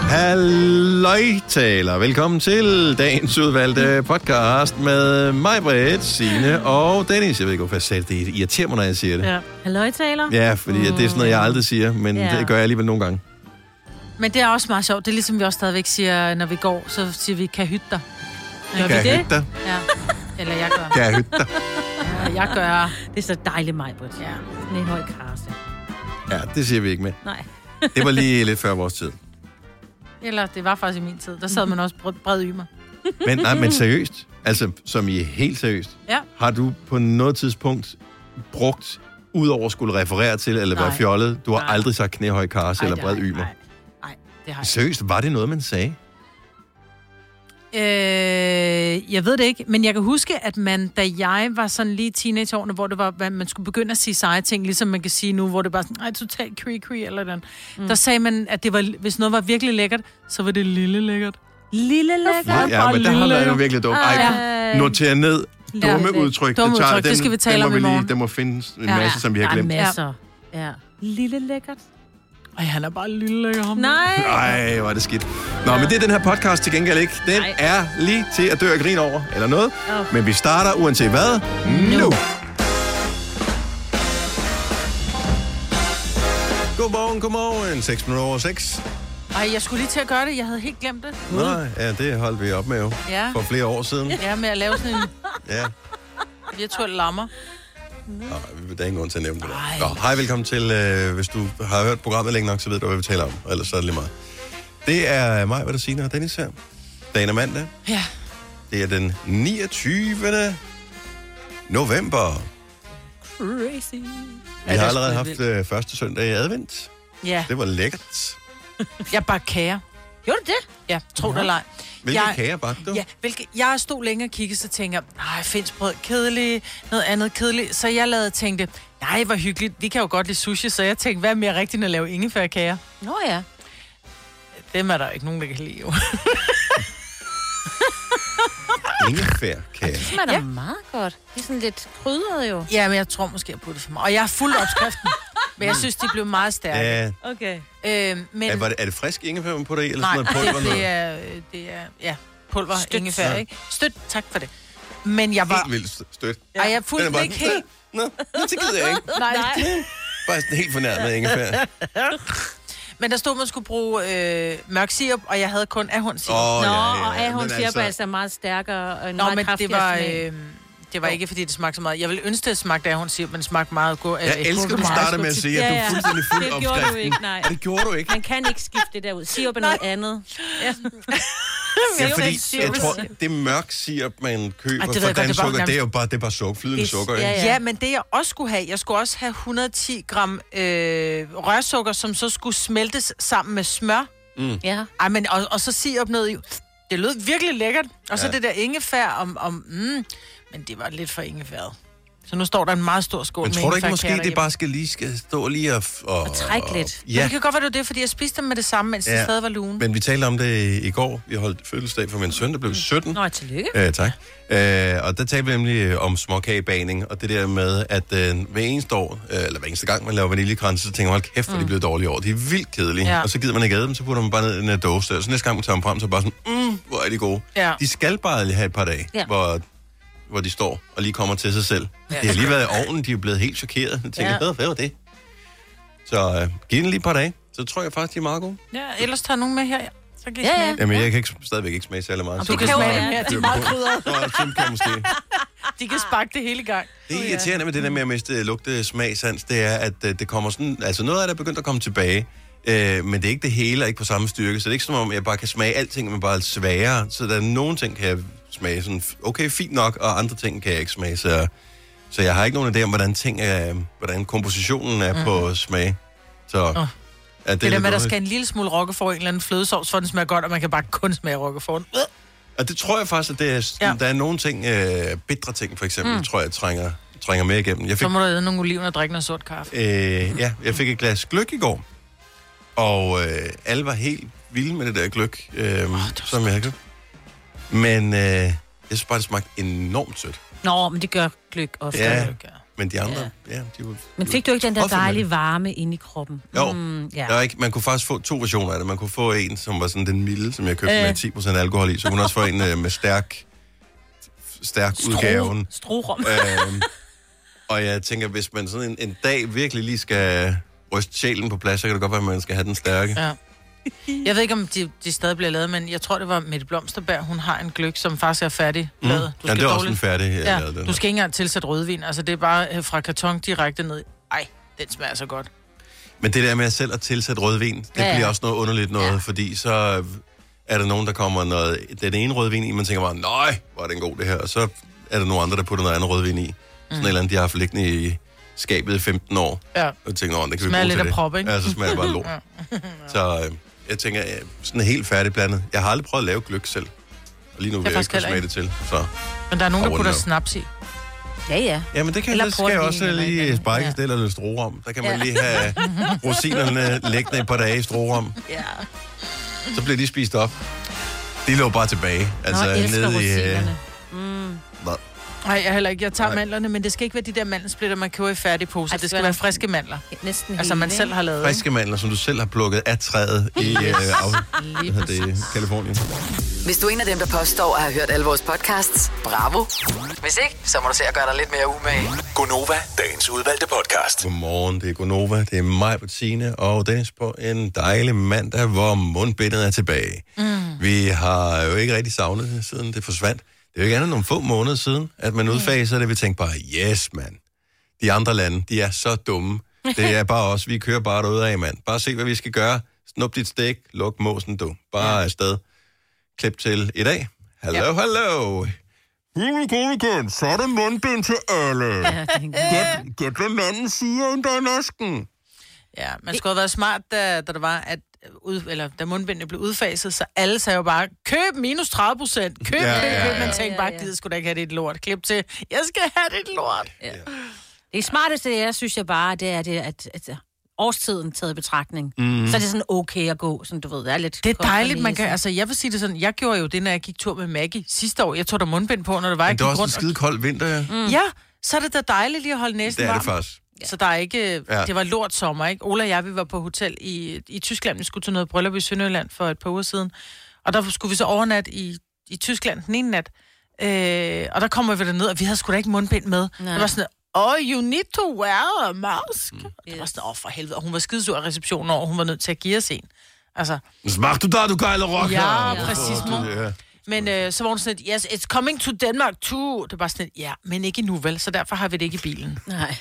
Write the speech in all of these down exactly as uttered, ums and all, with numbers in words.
Halløjtaler. Velkommen til dagens udvalgte podcast med mig, Britt, Signe og Dennis. Jeg ved ikke, hvorfor jeg sagde det. Det irriterer mig, når jeg siger det. Ja. Halløjtaler. Ja, fordi mm. det er sådan noget, jeg aldrig siger, men ja. det gør jeg alligevel nogle gange. Men det er også meget sjovt. Det er ligesom vi også stadigvæk siger, når vi går, så siger vi, kan hytte dig. Gør kan vi det? Hytte dig? Ja. Eller jeg gør. Kan jeg hytte dig? Ja, jeg gør. Det er så dejligt, mig, Britt. Ja. Sådan en høj karse. Ja, det siger vi ikke med. Nej. Det var lige lidt før vores tid. Eller det var faktisk i min tid. Der sad man også bred ymer. Men, nej, men seriøst, altså som I er helt seriøst, ja. Har du på noget tidspunkt brugt, udover at skulle referere til, eller være fjollet, du har nej. aldrig sagt knæhøj karse eller bred ymer? Nej, nej, det har jeg. Seriøst, var det noget, man sagde? Øh, jeg ved det ikke, men jeg kan huske, at man, da jeg var sådan lige teenageårene, hvor det var, man skulle begynde at sige seje ting, ligesom man kan sige nu, hvor det bare sådan, ej, totalt creepy eller den. Mm. Der sagde man, at det var, hvis noget var virkelig lækkert, så var det lille lækkert. Lille lækkert? Ja, ja men der har været jo virkelig dumt. Ej, noter ned. Dumme ja, udtryk. Dumme det, tager, udtryk. Den, det skal vi tale om i morgen. Der må findes en masse, ja, som vi har glemt. Ja, masser. Ja. Lille lækkert. Ej, han er bare lille lækker ham. Nej. Nej, hvor er det skidt. Nå, ja. Men det er den her podcast til gengæld ikke. Den Nej. er lige til at dø og grine over, eller noget. Oh. Men vi starter uanset hvad. Nu. nu. Godmorgen, godmorgen. seks minutter over seks. Ej, jeg skulle lige til at gøre det. Jeg havde helt glemt det. Nej, ja, det holdt vi op med jo. Ja. For flere år siden. Ja, med at lave sådan en ja. virtuel lammer. Nå, der er ingen grund til at nævne det der. Nå, hej, velkommen til. Øh, hvis du har hørt programmet længe nok, så ved du, hvad vi taler om. Ellers så er det lige meget. Det er mig, hvad der siger, og Dennis her. Dagen er mandag. Ja. Det er den niogtyvende november. Crazy. Vi har allerede haft øh, første søndag i advent. Ja. Det var lækkert. Jeg bagte kager. Gjorde du det? Ja, tro det eller ej. Hvilke jeg, kager bagte du? Ja, hvilke, jeg stod længe og kiggede, så tænkte jeg, nej, findsbrød, kedeligt, noget andet kedeligt. Så jeg lavede tænkte, nej, hvor hyggeligt, vi kan jo godt lide sushi, så jeg tænkte, hvad er mere rigtigt end at lave ingefærkager? Nå ja. Dem er der ikke nogen, der kan lide, jo. Ingefærkager? Det smager da ja. meget godt. Det er sådan lidt krydret jo. Ja, men jeg tror måske, jeg puttede for meget. Og jeg har fuldt opskriften, men jeg synes, de blev meget stærke. Ja. Okay. Øh, men... er, det, er det frisk ingefær, man putter i, eller nej, sådan noget pulver? Nej, det er, det er ja, pulver, støt. Ingefær, ikke? Støt, tak for det. Men jeg var... Helt vildt støt. Ja. Ej, jeg fulgte bare... ikke helt... Nå, det gider jeg ikke. Nej. Bare sådan helt fornærmet ingefær. Men der stod, man skulle bruge øh, mørk sirup, og jeg havde kun ahornsirup. Oh, Nå, ja, ja, ja. og ahornsirup altså... er altså meget stærkere og en Nå, meget men det var, øh, det var ikke, fordi det smagte så meget. Jeg ville ønske, det smagte ahornsirup, men det smagte meget godt. Jeg elsker, at du starter med at sige, at du er fuldstændig fuld opskriften. Det gjorde du ikke, nej. Det gjorde du ikke. Man kan ikke skifte det der ud. Sirup er noget andet. Ja. Ja, fordi jeg tror, det mørk sirup, man køber Ej, fra dansk sukker, det er jo bare, det er bare sukker, flydende sukker. Ja, ja. ja, men det jeg også skulle have, jeg skulle også have et hundrede og ti gram øh, rørsukker, som så skulle smeltes sammen med smør. Mm. Ja. Ej, men, og, og så sirup ned i. Det lød virkelig lækkert. Og så ja. det der ingefær om, om mm, men det var lidt for ingefæret. Så nu står der en meget stor skål men med tror du ikke måske, derhjemme. det bare skal lige skal stå lige og... Og, og trække lidt. Ja. Men det kan godt være, det var det, fordi jeg spiste dem med det samme, mens ja. det stadig var lugen. Men vi talte om det i går. Vi holdt fødselsdag for min søn, der blev sytten. Nå, tillykke. Øh, tak. Øh, og der talte vi nemlig om småkagebagning, og det der med, at øh, hver eneste år, øh, eller hver eneste gang, man laver vaniljekranse, så tænker man, hold kæft, hvor mm. de er blevet dårlige år. De er vildt kedelige. Ja. Og så gider man ikke æde dem, så putter man bare ned i en uh, dåse. Og så næste gang, man tager dem frem, så bare sådan, mm, hvor er de gode. Ja. De skal bare lige have et par dage, ja. hvor... hvor de står og lige kommer til sig selv. Ja. Det har lige været i ovnen, de er blevet helt chokeret. Jeg tænker, ja. hvad var det? Så uh, giv den lige et par dage, så tror jeg faktisk, de er meget gode. Ja, ellers tager nogen med her, ja. Så kan ja, ja. Jamen, jeg kan ikke, stadigvæk ikke smage særlig meget. Du kan smage dem her, de er meget krydrede. De kan sparke det hele i gang. Det er irriterende med det der med at miste lugte smagsans, det er, at det kommer sådan... Altså, noget af det er begyndt at komme tilbage, øh, men det er ikke det hele, og ikke på samme styrke. Så det er ikke som om, jeg bare kan smage alting, men bare sværere. Så der er nogle ting, kan jeg smage sådan, okay, fint nok, og andre ting kan jeg ikke smage. Så, så jeg har ikke nogen idé om, hvordan, ting er, hvordan kompositionen er mm. på smag. Så... Oh. Ja, det, det der med, at der skal en lille smule roquefort i en eller anden flødesovs, for den smager godt, og man kan bare kun smage roquefort. Øh. Og det tror jeg faktisk, at det er, ja. der er nogle ting, øh, bitre ting for eksempel, mm. tror jeg, trænger, trænger med igennem. Jeg fik, så må du æde nogle oliven og drikke noget sort kaffe. Øh, ja, jeg fik et glas gløgg i går, og øh, alle var helt vilde med det der gløgg, øh, oh, som jeg havde. Men øh, jeg synes bare, det smagte enormt sødt. Nå, men det gør gløgg ofte. Ja, Men de andre, ja, ja de var... Men fik du ikke den der dejlige varme inde i kroppen? Jo, mm, ja. der var ikke, man kunne faktisk få to versioner af det. Man kunne få en, som var sådan den milde, som jeg købte øh. med ti procent alkohol i. Så kunne man også få en øh, med stærk, stærk Stro, udgaven. Strorum. øhm, og jeg tænker, hvis man sådan en, en dag virkelig lige skal ryste sjælen på plads, så kan det godt være, at man skal have den stærke. Ja. Jeg ved ikke, om de, de stadig bliver lavet, men jeg tror, det var Mette Blomsterberg. Hun har en gløgg, som faktisk er færdig mm. lavet. Du ja, det er også en færdig ja, lavet, den du skal ikke engang tilsætte rødvin. Altså, det er bare fra karton direkte ned. Ej, den smager så godt. Men det der med at selv at tilsætte rødvin, det ja, ja. bliver også noget underligt noget, ja. fordi så er der nogen, der kommer noget, den ene rødvin i, man tænker bare, nej, hvor er den god det her, og så er der nogle andre, der putter noget andet rødvin i. Sådan mm. en eller andet, de har haft liggende i skabet i femten år. Ja. Og tænker, åh, det kan vi smager bruge lidt til af det. prop, ikke? Ja, så smager det bare lort. ja. Så øh, jeg tænker, øh, sådan helt færdigblandet. Jeg har aldrig prøvet at lave gløgg selv. Og lige nu vil jeg, jeg ikke smage det til. Så. Men der er nogen, der putter snaps i. Ja, ja. Ja, men det kan det skal jeg også lige spikes ja. eller lidt strorum. Der kan man ja. lige have rosinerne liggende et par dage i strorum. Ja. Så bliver de spist op. De lå bare tilbage. Altså Nå, nede i... Uh... Mm. Nej, jeg heller ikke. Jeg tager Nej. mandlerne, men det skal ikke være de der mandelsplitter, man køber i færdige poser. Altså, det skal være friske mandler. Næsten altså, man selv har lavet. Friske mandler, som du selv har plukket af træet i øh, af, det, Kalifornien. Hvis du er en af dem, der påstår at have hørt alle vores podcasts, bravo. Hvis ikke, så må du se at gøre dig lidt mere umage. Gonova, dagens udvalgte podcast. Godmorgen, det er Gonova, det er mig, Bettine og Dennis på en dejlig mandag, hvor mundbindet er tilbage. Mm. Vi har jo ikke rigtig savnet det, siden det forsvandt. Det er jo ikke andet nogle få måneder siden, at man udfaser det. Vi tænker bare, yes, mand. De andre lande, de er så dumme. Det er bare os. Vi kører bare derudad, mand. Bare se, hvad vi skal gøre. Snup dit stik. Luk måsen, du. Bare ja. afsted. Klip til i dag. Hallo, ja. hallo. Igen, så er der mundbind til alle. Ja, gæt, gæt den anden siger, end der er nasken. Ja, man skulle have været smart, da, da der var, at ud, eller da mundbindene blev udfaset, så alle sagde jo bare, køb minus tredive procent, køb, ja, køb, køb. Ja, ja, ja. Man tænkte bare, gider sgu da ikke have det et lort. Klip til, jeg skal have det et lort. Ja. Det smarteste, jeg synes jeg bare, det er, det, at, at årstiden taget i betragtning. Mm. Så er det sådan okay at gå, sådan du ved, det er lidt... Det er dejligt, man kan, altså jeg vil sige det sådan, jeg gjorde jo det, når jeg gik tur med Maggie sidste år. Jeg tog der mundbind på, når det var, jeg gik rundt. Det var også en skide kold vinter, ja. Mm. Ja, så er det da dejligt lige at holde næsen varm. Det er det faktisk. Ja. Så der er ikke... Ja. Det var lort sommer, ikke? Ola og jeg, vi var på hotel i, i Tyskland. Vi skulle til noget bryllup i Sønderjylland for et par uger siden. Og der skulle vi så overnatte i, i Tyskland den ene nat. Øh, og der kommer vi derned, og vi havde sgu da ikke mundbind med. Nej. Det var sådan, oh, you need to wear a mask. Mm. Yes. Det var sådan, åh, oh, for helvede. Og hun var skidesur af receptionen over, hun var nødt til at give os en. Altså... Smag du da, du gejler rocker! Ja, ja. præcis. Ja. Men øh, så var hun sådan, yes, it's coming to Denmark too. Det var sådan, ja, men ikke nu vel, så derfor har vi det ikke i bilen. Nej.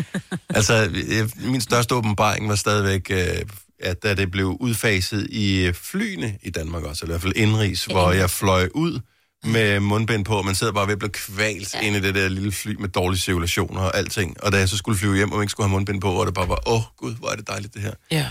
Altså, min største åbenbaring var stadigvæk, øh, at da det blev udfaset i flyene i Danmark også, eller i hvert fald indrigs, ja. hvor jeg fløj ud med mundbind på, og man sidder bare ved at blive kvalt ja. inde i det der lille fly med dårlig cirkulation og alting. Og da jeg så skulle flyve hjem, og man ikke skulle have mundbind på, og det bare var, åh oh, gud, hvor er det dejligt det her. Ja.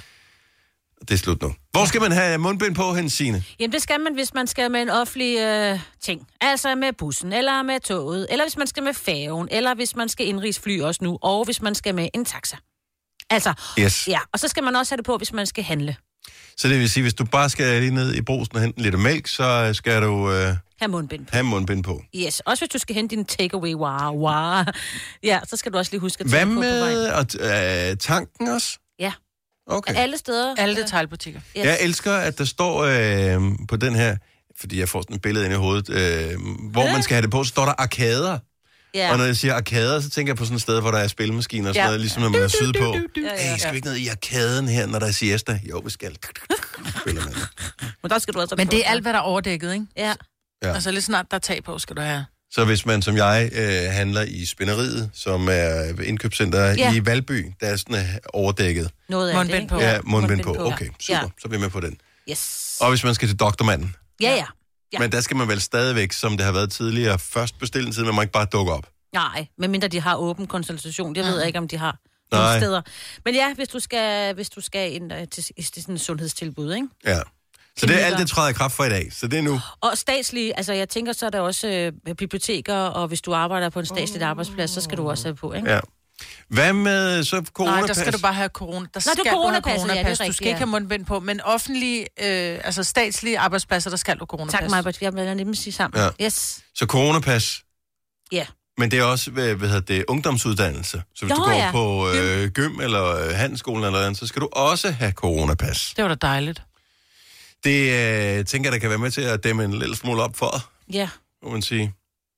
Det er slut nu. Hvor skal man have mundbind på hen, Signe? Jamen, det skal man, hvis man skal med en offentlig øh, ting. Altså med bussen, eller med toget, eller hvis man skal med færgen, eller hvis man skal indrigsfly også nu, og hvis man skal med en taxa. Altså, yes. ja. Og så skal man også have det på, hvis man skal handle. Så det vil sige, hvis du bare skal lige ned i brugsen og hente lidt mælk, så skal du... Øh, have mundbind på. Have mundbind på. Yes, også hvis du skal hente din takeaway, wow, wow. Ja, så skal du også lige huske at tage på på vejen. Hvad med øh, tanken også? Ja. Okay. Alle steder. Alle detailbutikker. Yes. Jeg elsker, at der står øh, på den her, fordi jeg får sådan et billede inde i hovedet, øh, hvor ja. man skal have det på, så står der arkader. Ja. Og når jeg siger arkader, så tænker jeg på sådan et sted, hvor der er spilmaskiner og sådan ja. noget, ligesom når man er syde på. Hey, skal vi ikke ned i arkaden her, når der er siesta? Jo, vi skal. Spiller man. Men, der skal du også Men det er alt, hvad der er overdækket, ikke? Ja. ja. Altså lige snart der er tag på, skal du have. Så hvis man som jeg øh, handler i Spinderiet, som er indkøbscenter ja. i Valby, der er sådan overdækket. Noget af mundbind det, på. Ja, mundbind på. Okay, super. Ja. Så er vi med på den. Yes. Og hvis man skal til doktormanden. Ja, ja. ja. Men der skal man vel stadigvæk, som det har været tidligere, først bestille en tid, man må ikke bare dukke op. Nej, medmindre de har åben konsultation. Det ved jeg ikke, om de har nogle steder. Men ja, hvis du skal, hvis du skal ind til, til sådan et sundhedstilbud, ikke? Ja. Så det er alt, det træder i kraft for i dag. Så det er nu. Og statslige, altså jeg tænker, så er der også øh, biblioteker, og hvis du arbejder på en statslig oh. arbejdsplads, så skal du også have på, ikke? Ja. Hvad med så coronapas? Nej, der skal du bare have corona. Der Nå, skal du coronapas, coronapas. Ja, det er rigtigt, du skal ikke have mundbind på, men offentlige, øh, altså statslige arbejdspladser, der skal du coronapas. Tak, Majbert. Vi har nemlig sige sammen. Ja. Yes. Så coronapas? Ja. Men det er også, hvad, hvad hedder det, ungdomsuddannelse. Så hvis Nå, du går ja. på øh, gym eller øh, handelsskolen eller andet, så skal du også have coronapas. Det var da dejligt. Det øh, tænker jeg, der kan være med til at dæmme en lille smule op for, Ja. må man sige.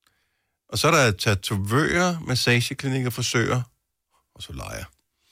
Og så er der tatovører, massageklinikker, frisører og solarier.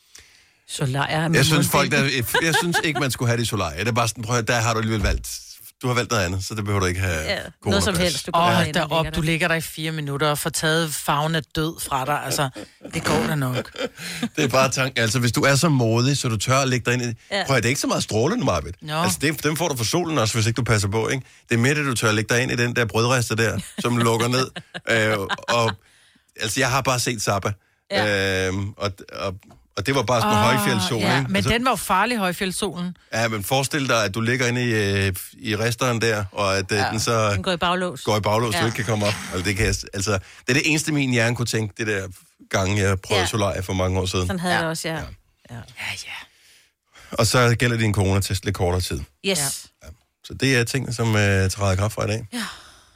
Solarier. Jeg synes, folk, der, jeg synes ikke, man skulle have det i solarier. Det er bare sådan, prøv at, der har du alligevel valgt. Du har valgt noget andet, så det behøver du ikke have Ja, coronapas. noget som helst. Du Åh, går oh, derind og derop, ligger du der. ligger der i fire minutter og får taget farven af død fra dig. Altså, det går da nok. Det er bare tanken. Altså, hvis du er så modig, så du tør at lægge dig ind i... Ja. Prøv at, det er ikke så meget strålende, Marvitt. Nå. Altså, det, dem får du fra solen også, hvis ikke du passer på, ikke? Det er mere det, du tør at lægge dig ind i den der brødrester der, som lukker ned. øh, og, altså, jeg har bare set Zappa. Ja. Øh, og, og, og det var bare sådan en oh, højfjeldssol, ja, ikke? men altså, den var jo farlig, højfjeldsolen. Ja, men forestil dig, at du ligger inde i, øh, i restauranten der, og at øh, ja. den så... Den går i baglås. går i baglås, ja. Ja. Du ikke kan komme op. Altså, det, kan jeg, altså, det er det eneste, min hjerne kunne tænke, det der gange, jeg prøvede ja. Ja. solarier for mange år siden. Sådan havde Ja. jeg det også, ja. Ja. Ja. Ja, ja. Og så gælder det en coronatest lidt kortere tid. Yes. Så det er ting, som øh, træder i kraft fra i dag. Ja.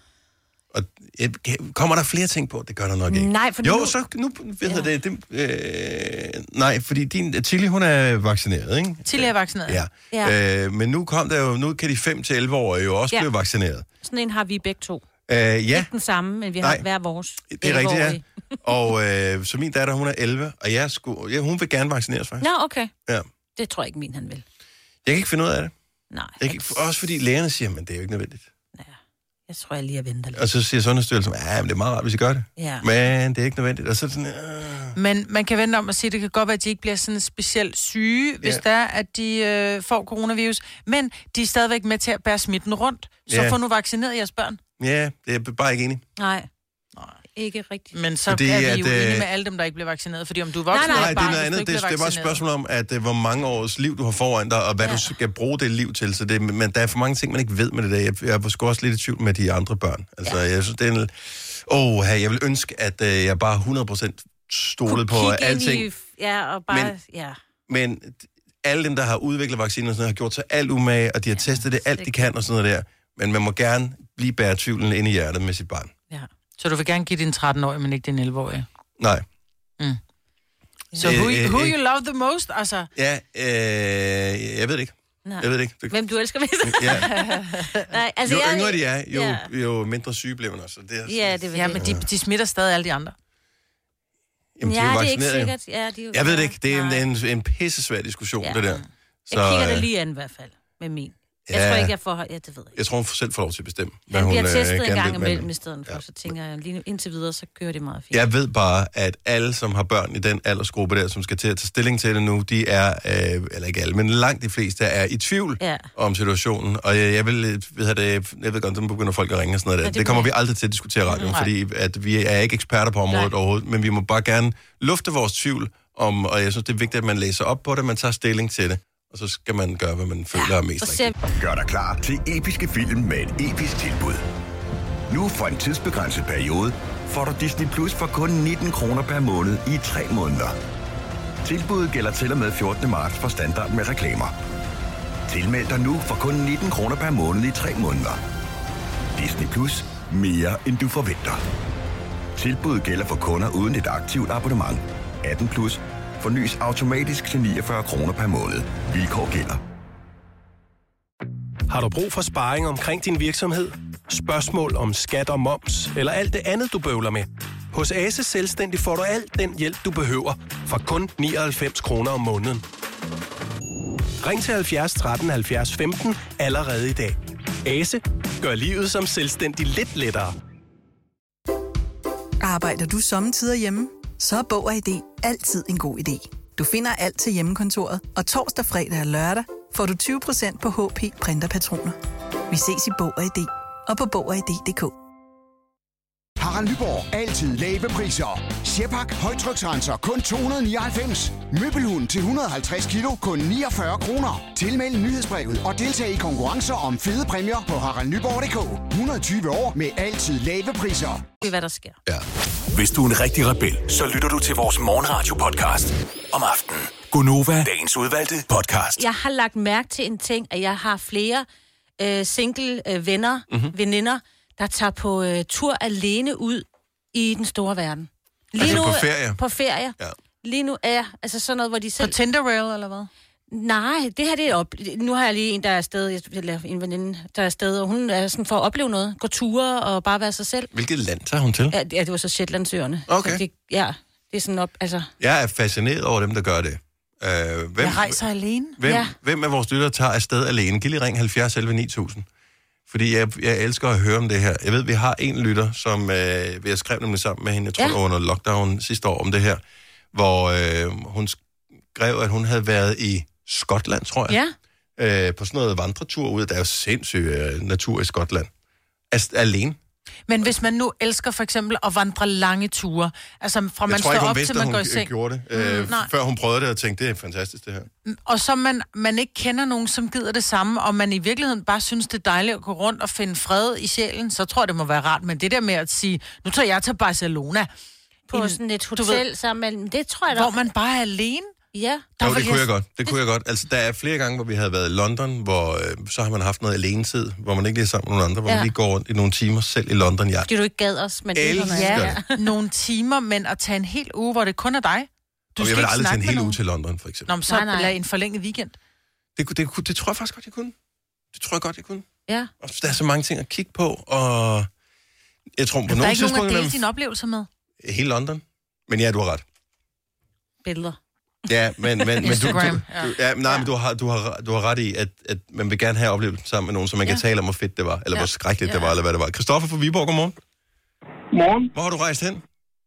Og øh, kommer der flere ting på? Det gør der nok ikke. Nej, for jo, nu... så nu ved jeg det. det øh, nej, fordi din Tilly, hun er vaccineret, ikke? Tilly er vaccineret. Ja. Ja. Øh, men nu kom der jo, nu kan de fem til elleve-årige jo også Ja. blive vaccineret. Sådan en har vi begge to. Øh, ja, Ikke den samme, men vi har Nej. hver vores. det er rigtigt, ja. elleve-årige. Og øh, så min datter, hun er elleve, og jeg skulle, ja, hun vil gerne vaccineres faktisk. Nå, okay. Ja. Det tror jeg ikke, min han vil. Jeg kan ikke finde ud af det. Nej. Jeg kan, ikke- også fordi lægerne siger, men det er jo ikke nødvendigt. Ja. Jeg tror, jeg lige at vente lidt. Og så siger Sundhedsstyrelsen, ja, men det er meget rart, hvis I gør det. Ja. Men det er ikke nødvendigt. Og så er det sådan, øh... Men man kan vente om at sige, at det kan godt være, at de ikke bliver sådan specielt syge, hvis Ja. det er, at de øh, får coronavirus. Men de er stadigvæk med til at bære smitten rundt. Så Ja. få nu vaccineret jeres børn. ja, det er bare ikke enig. Nej. Ikke rigtigt. Men så Fordi er vi at, jo øh, enige med alle dem, der ikke bliver vaccineret. Fordi om du er voksen Nej, nej. eller Nej, et det er barn, noget hvis du andet. ikke Det, bliver det er bare et vaccineret. spørgsmål om, at, øh, hvor mange års liv du har foran dig, og hvad ja. du skal bruge det liv til. Så det, men der er for mange ting, man ikke ved med det der. Jeg, jeg var sgu også lidt i tvivl med de andre børn. Altså, ja. jeg synes, det er en... Åh, jeg vil ønske, at øh, jeg bare hundrede procent stolede på Kig ind alting. I, ja, og bare... Men- ja. Men alle dem, der har udviklet vacciner og sådan noget, har gjort sig alt umage, og de har ja, testet det alt, de kan og sådan noget der. Men man må gerne blive bære tvivlen ind i hjertet med sit barn. Ja. Så du vil gerne give din tretten-årige, men ikke din elleve-årige. Nej. Så Øh, who, øh, who øh. you love the most, altså? Ja, øh, jeg ved det ikke. Nej. Jeg ved det ikke. Det, Hvem du elsker mest? ja. Nej, altså, Jo jeg... yngre de er, jo, Ja. jo mindre syge bliver man også. Det er, Ja, det vil Ja, det. men de, de smitter stadig alle de andre. Jamen, de Ja, jo det er ikke vaccineret, jo. sikkert. Ja, de er jo... Jeg ved det ikke. Det er Nej. en, en, en pissesvær diskussion, Ja. det der. Så, Jeg kigger det øh, lige an i hvert fald, med min. Jeg Ja. tror ikke, jeg får... Ja, det ved jeg ikke. Jeg tror, hun selv får lov til at bestemme, hvad Han hun bliver øh, testet gerne en gang vil, men- imellem i stedet for, Ja. så tænker jeg, lige nu, indtil videre, så kører det meget fint. Jeg ved bare, at alle, som har børn i den aldersgruppe der, som skal til at tage stilling til det nu, de er, øh, eller ikke alle, men langt de fleste er i tvivl Ja. om situationen. Og jeg, jeg vil, øh, ved det, jeg ved godt, så begynder folk at ringe og sådan noget der. Ja, det, det det kommer må- vi aldrig til at diskutere i radioen, Nej. fordi at vi er ikke eksperter på området Nej. overhovedet, men vi må bare gerne lufte vores tvivl om, og jeg synes, det er vigtigt, at man læser op på det, man tager stilling til det, og så skal man gøre, hvad man føler er mest Så ser rigtigt. vi... Gør dig klar til episke film med et episk tilbud. Nu for en tidsbegrænset periode får du Disney Plus for kun nitten kroner per måned i tre måneder. Tilbuddet gælder til og med fjortende marts for standard med reklamer. Tilmeld dig nu for kun nitten kroner per måned i tre måneder. Disney Plus. Mere end du forventer. Tilbuddet gælder for kunder uden et aktivt abonnement. atten plus. Fornyes automatisk til niogfyrre kroner per måned. Vilkår gælder. Har du brug for sparring omkring din virksomhed? Spørgsmål om skat og moms, eller alt det andet, du bøvler med? Hos Ase Selvstændig får du alt den hjælp, du behøver, for kun nioghalvfems kroner om måneden. Ring til halvfjerds tretten halvfjerds femten allerede i dag. Ase gør livet som selvstændig lidt lettere. Arbejder du sommetider hjemme? Så er Bog og I D altid en god idé. Du finder alt til hjemmekontoret, og torsdag, fredag og lørdag får du tyve procent på H P printerpatroner. Vi ses i Bog og I D og på Bog og I D punktum d k. Harald Nyborg. Altid lave priser. Sjehpak højtryksrenser kun to hundrede og nioghalvfems. Møbelhund til et hundrede og halvtreds kilo kun niogfyrre kroner. Tilmeld nyhedsbrevet og deltag i konkurrencer om fede præmier på harald nyborg punktum d k. hundrede og tyve år med altid lave priser. hvad der sker. Ja. Hvis du er en rigtig rebel, så lytter du til vores morgenradio-podcast om aftenen. Gonova, dagens udvalgte podcast. Jeg har lagt mærke til en ting, at jeg har flere øh, single øh, venner, Mhm. mm-hmm. veninder, der tager på øh, tur alene ud i den store verden. Lige altså nu, på ferie? På ferie. Ja. Lige nu er altså sådan noget, hvor de selv... På Tinderrail, eller hvad? Nej, det her det er op. Nu har jeg lige en, der er afsted, eller en veninde, der er afsted, og hun er sådan for at opleve noget. Gå ture og bare være sig selv. Hvilket land tager hun til? Ja, det, ja, det var så Shetlandsøerne. Okay. Så det, ja, det er sådan op, altså... Jeg er fascineret over dem, der gør det. Uh, hvem, jeg rejser alene. Hvem, ja. hvem af vores lyttere tager afsted alene? Giv lige ring halvfjerds elleve ni tusind. Fordi jeg, jeg elsker at høre om det her. Jeg ved, vi har en lytter, som øh, vi har skrevet nemlig sammen med hende, jeg tror, ja. under lockdown sidste år om det her, hvor øh, hun skrev, at hun havde været i Skotland, tror jeg. Ja. Øh, på sådan noget vandretur ud. Der er jo sindssyg øh, natur i Skotland. Altså, alene. Men hvis man nu elsker for eksempel at vandre lange ture, altså fra man jeg tror står ikke, op vidste, til man hun går i seng. gjorde det, øh, mm, før hun prøvede det og tænkte, det er fantastisk det her. Og så man, man ikke kender nogen, som gider det samme, og man i virkeligheden bare synes, det er dejligt at gå rundt og finde fred i sjælen, så tror jeg, det må være rart. Men det der med at sige, nu tager jeg til Barcelona. På en, sådan et hotel sammen med, det tror jeg da. Hvor man bare er alene. Ja. Der jo, det kunne jeg godt. Det kunne jeg godt. Altså, der er flere gange, hvor vi havde været i London, hvor øh, så har man haft noget alenetid, hvor man ikke lige er sammen med nogen andre, hvor ja. man lige går rundt i nogle timer selv i London. Ja. Fordi du ikke gad os, men det ja, nogle timer, men at tage en hel uge, hvor det kun er dig. Du og jeg vil aldrig tage en hel uge til London, for eksempel. Nå, men så nej, nej. Lad en forlænget weekend. Det, det, det, det tror jeg faktisk godt, jeg kunne. Det tror jeg godt, jeg kunne. Ja. Og der er så mange ting at kigge på, og jeg tror på nogle tidspunkter... Der er ikke nogen at dele dine oplevelser med? Hele London. Men ja, du har ret. Billeder. Ja, men, men, men du, du, ja. ja, nej, men du har, du har, du har ret i, at, at man vil gerne have oplevelsen sammen med nogen, så man ja. kan tale om, hvor fedt det var, eller ja. hvor skrækkeligt ja. det var, eller hvad det var. Christoffer fra Viborg, godmorgen. Godmorgen. Hvor har du rejst hen?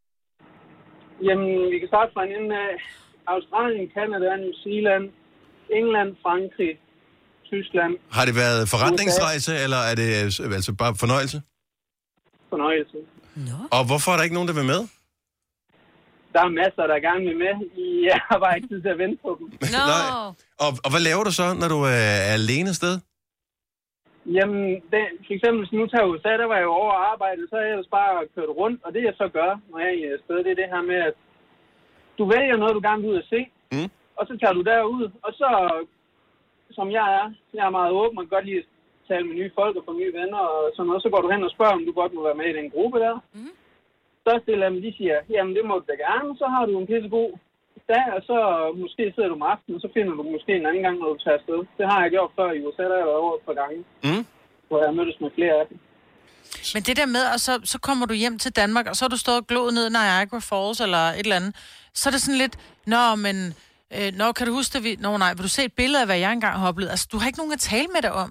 Jamen, vi kan starte fra en ende af Australien, Canada, New Zealand, England, Frankrig, Tyskland. Har det været forretningsrejse, eller er det altså bare fornøjelse? Fornøjelse. No. Og hvorfor er der ikke nogen, der vil med? Der er masser, der gerne vil med. Jeg har bare ikke tid til at vente på dem. No. Nej. Og, og hvad laver du så, når du er alene sted? Jamen, det, for eksempel, hvis nu tager U S A, der var jeg jo over at arbejde, så har jeg ellers bare kørt rundt. Og det jeg så gør, når jeg er i sted, det er det her med, at du vælger noget, du gerne vil ud at se. Mm. Og så tager du derud, og så, som jeg er, jeg er meget åben og godt lide at tale med nye folk og få nye venner og sådan noget. Så går du hen og spørger, om du godt må være med i den gruppe der. Mm. Så stiller dem, de siger, jamen det må du da gerne, så har du en pisse god dag, og så måske sidder du om aftenen, og så finder du måske en anden gang, når du tager afsted. Det har jeg gjort før i U S A, der har jeg været over et par gange, mm. hvor jeg har mødtes med flere af dem. Men det der med, og så, så kommer du hjem til Danmark, og så har du stået og glået ned i Niagara Falls eller et eller andet, så er det sådan lidt, nå, men, øh, nå, kan du huske det? Vi... Nå nej, vil du se et billede af, hvad jeg engang har oplevet? Altså, du har ikke nogen at tale med dig om.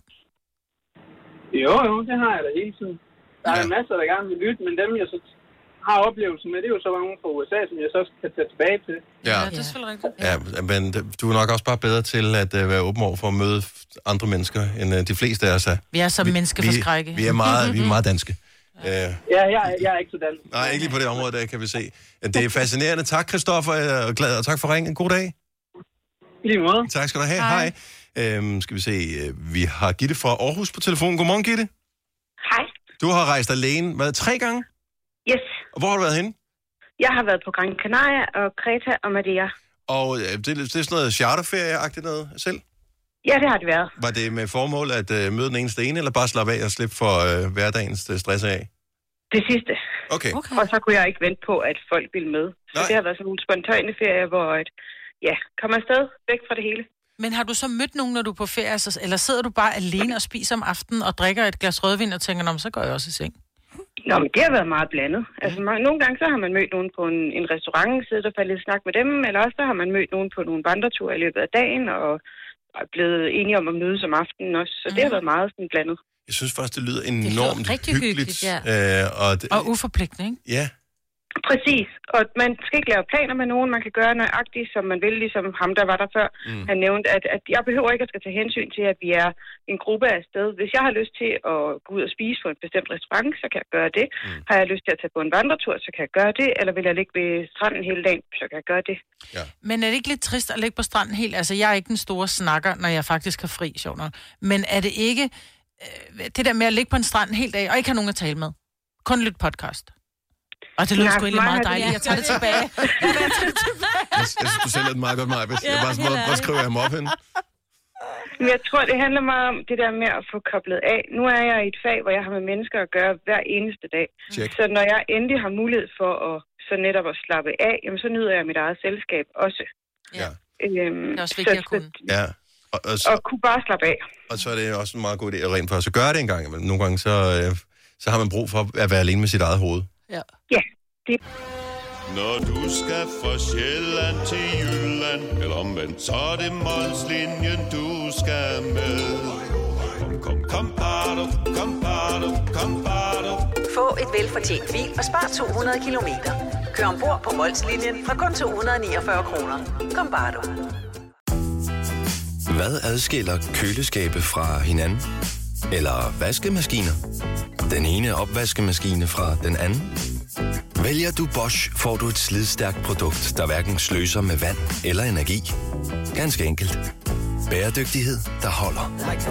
Jo, jo, det har jeg da hele tiden. Der er ja. masser, der gerne vil lytte, men dem, jeg så har oplevelsen med, det er jo så mange fra U S A, som jeg så skal tage tilbage til. Ja, ja det er selvfølgelig rigtigt. Ja, men du er nok også bare bedre til at uh, være åben over for at møde andre mennesker, end uh, de fleste af os er. Vi er så menneskeforskrække. Vi, vi, er meget, vi er meget danske. Ja, uh, ja jeg, jeg er ikke så dansk. Nej, ikke lige på det område, der kan vi se. Det er fascinerende. Tak, Christoffer, og glad, og tak for ringen. God dag. Lige måde. Tak skal du have. Hej. Hej. Øhm, skal vi se, vi har Gitte fra Aarhus på telefonen. Godmorgen, Gitte. Hej. Du har rejst alene, hvad, tre gange? Yes. Og hvor har du været henne? Jeg har været på Gran Canaria og Kreta og Madeira. Og det, det er sådan noget charterferie-agtigt noget selv? Ja, det har det været. Var det med formål at uh, møde den eneste ene, eller bare slappe af og slippe for uh, hverdagens uh, stress af? Det sidste. Okay. okay. Og så kunne jeg ikke vente på, at folk ville med. Så Nej. det har været sådan nogle spontane ferier, hvor et, ja, kommer afsted væk fra det hele. Men har du så mødt nogen, når du er på ferie, eller sidder du bare alene og spiser om aftenen og drikker et glas rødvin og tænker, nå, så går jeg også i seng? Nå, men det har været meget blandet. Altså, nogle gange så har man mødt nogen på en, en restaurant, siddet og faldet i snak med dem, eller også så har man mødt nogen på nogle vandreture i løbet af dagen, og er blevet enige om at mødes om aftenen også. Så mm. det har været meget sådan blandet. Jeg synes faktisk, det lyder enormt det rigtig hyggeligt. hyggeligt ja. øh, og, det, og uforpligtende, ikke? Ja. Præcis. Og man skal ikke lave planer med nogen. Man kan gøre nøjagtigt, som man vil, ligesom ham, der var der før. Mm. Han nævnte, at, at jeg behøver ikke at skal tage hensyn til, at vi er en gruppe af sted. Hvis jeg har lyst til at gå ud og spise på en bestemt restaurant, så kan jeg gøre det. Mm. Har jeg lyst til at tage på en vandretur, så kan jeg gøre det. Eller vil jeg ligge ved stranden hele dagen, så kan jeg gøre det. Ja. Men er det ikke lidt trist at ligge på stranden helt? Altså, jeg er ikke den store snakker, når jeg faktisk har fri, sjov nok. Men er det ikke øh, det der med at ligge på en strand en hel dag, og ikke have nogen at tale med? Kun lidt podcast. Og det lyder sgu egentlig meget dejligt. Jeg tager det tilbage. Jeg synes, du selv er et meget godt Majbet. Jeg bare sådan, hvor skriver jeg ham op henne? Men jeg tror, det handler meget om det der med at få koblet af. Nu er jeg i et fag, hvor jeg har med mennesker at gøre hver eneste dag. Check. Så når jeg endelig har mulighed for at så netop at slappe af, jamen så nyder jeg mit eget selskab også. Ja. Øhm, det er også vigtigt så, at kunne. Ja. Og, og, og kunne bare slappe af. Og så er det også en meget god idé at rent faktisk at gøre det en gang imellem. Nogle gange så, øh, så har man brug for at være alene med sit eget hoved. Ja. Ja, det. Når du skal fra Sjælland til Jylland, eller omvendt, så er det Molslinjen, du skal med. Kom, kom, kom, bado, kom, bado, kom, bado. Få et velfortjent bil og spar to hundrede kilometer. Kør ombord på Molslinjen fra kun to hundrede niogfyrre kroner. Kom, bado. Hvad adskiller køleskabe fra hinanden? Eller vaskemaskiner? Den ene opvaskemaskine fra den anden? Vælger du Bosch, får du et slidstærkt produkt, der hverken sløser med vand eller energi. Ganske enkelt. Bæredygtighed, der holder.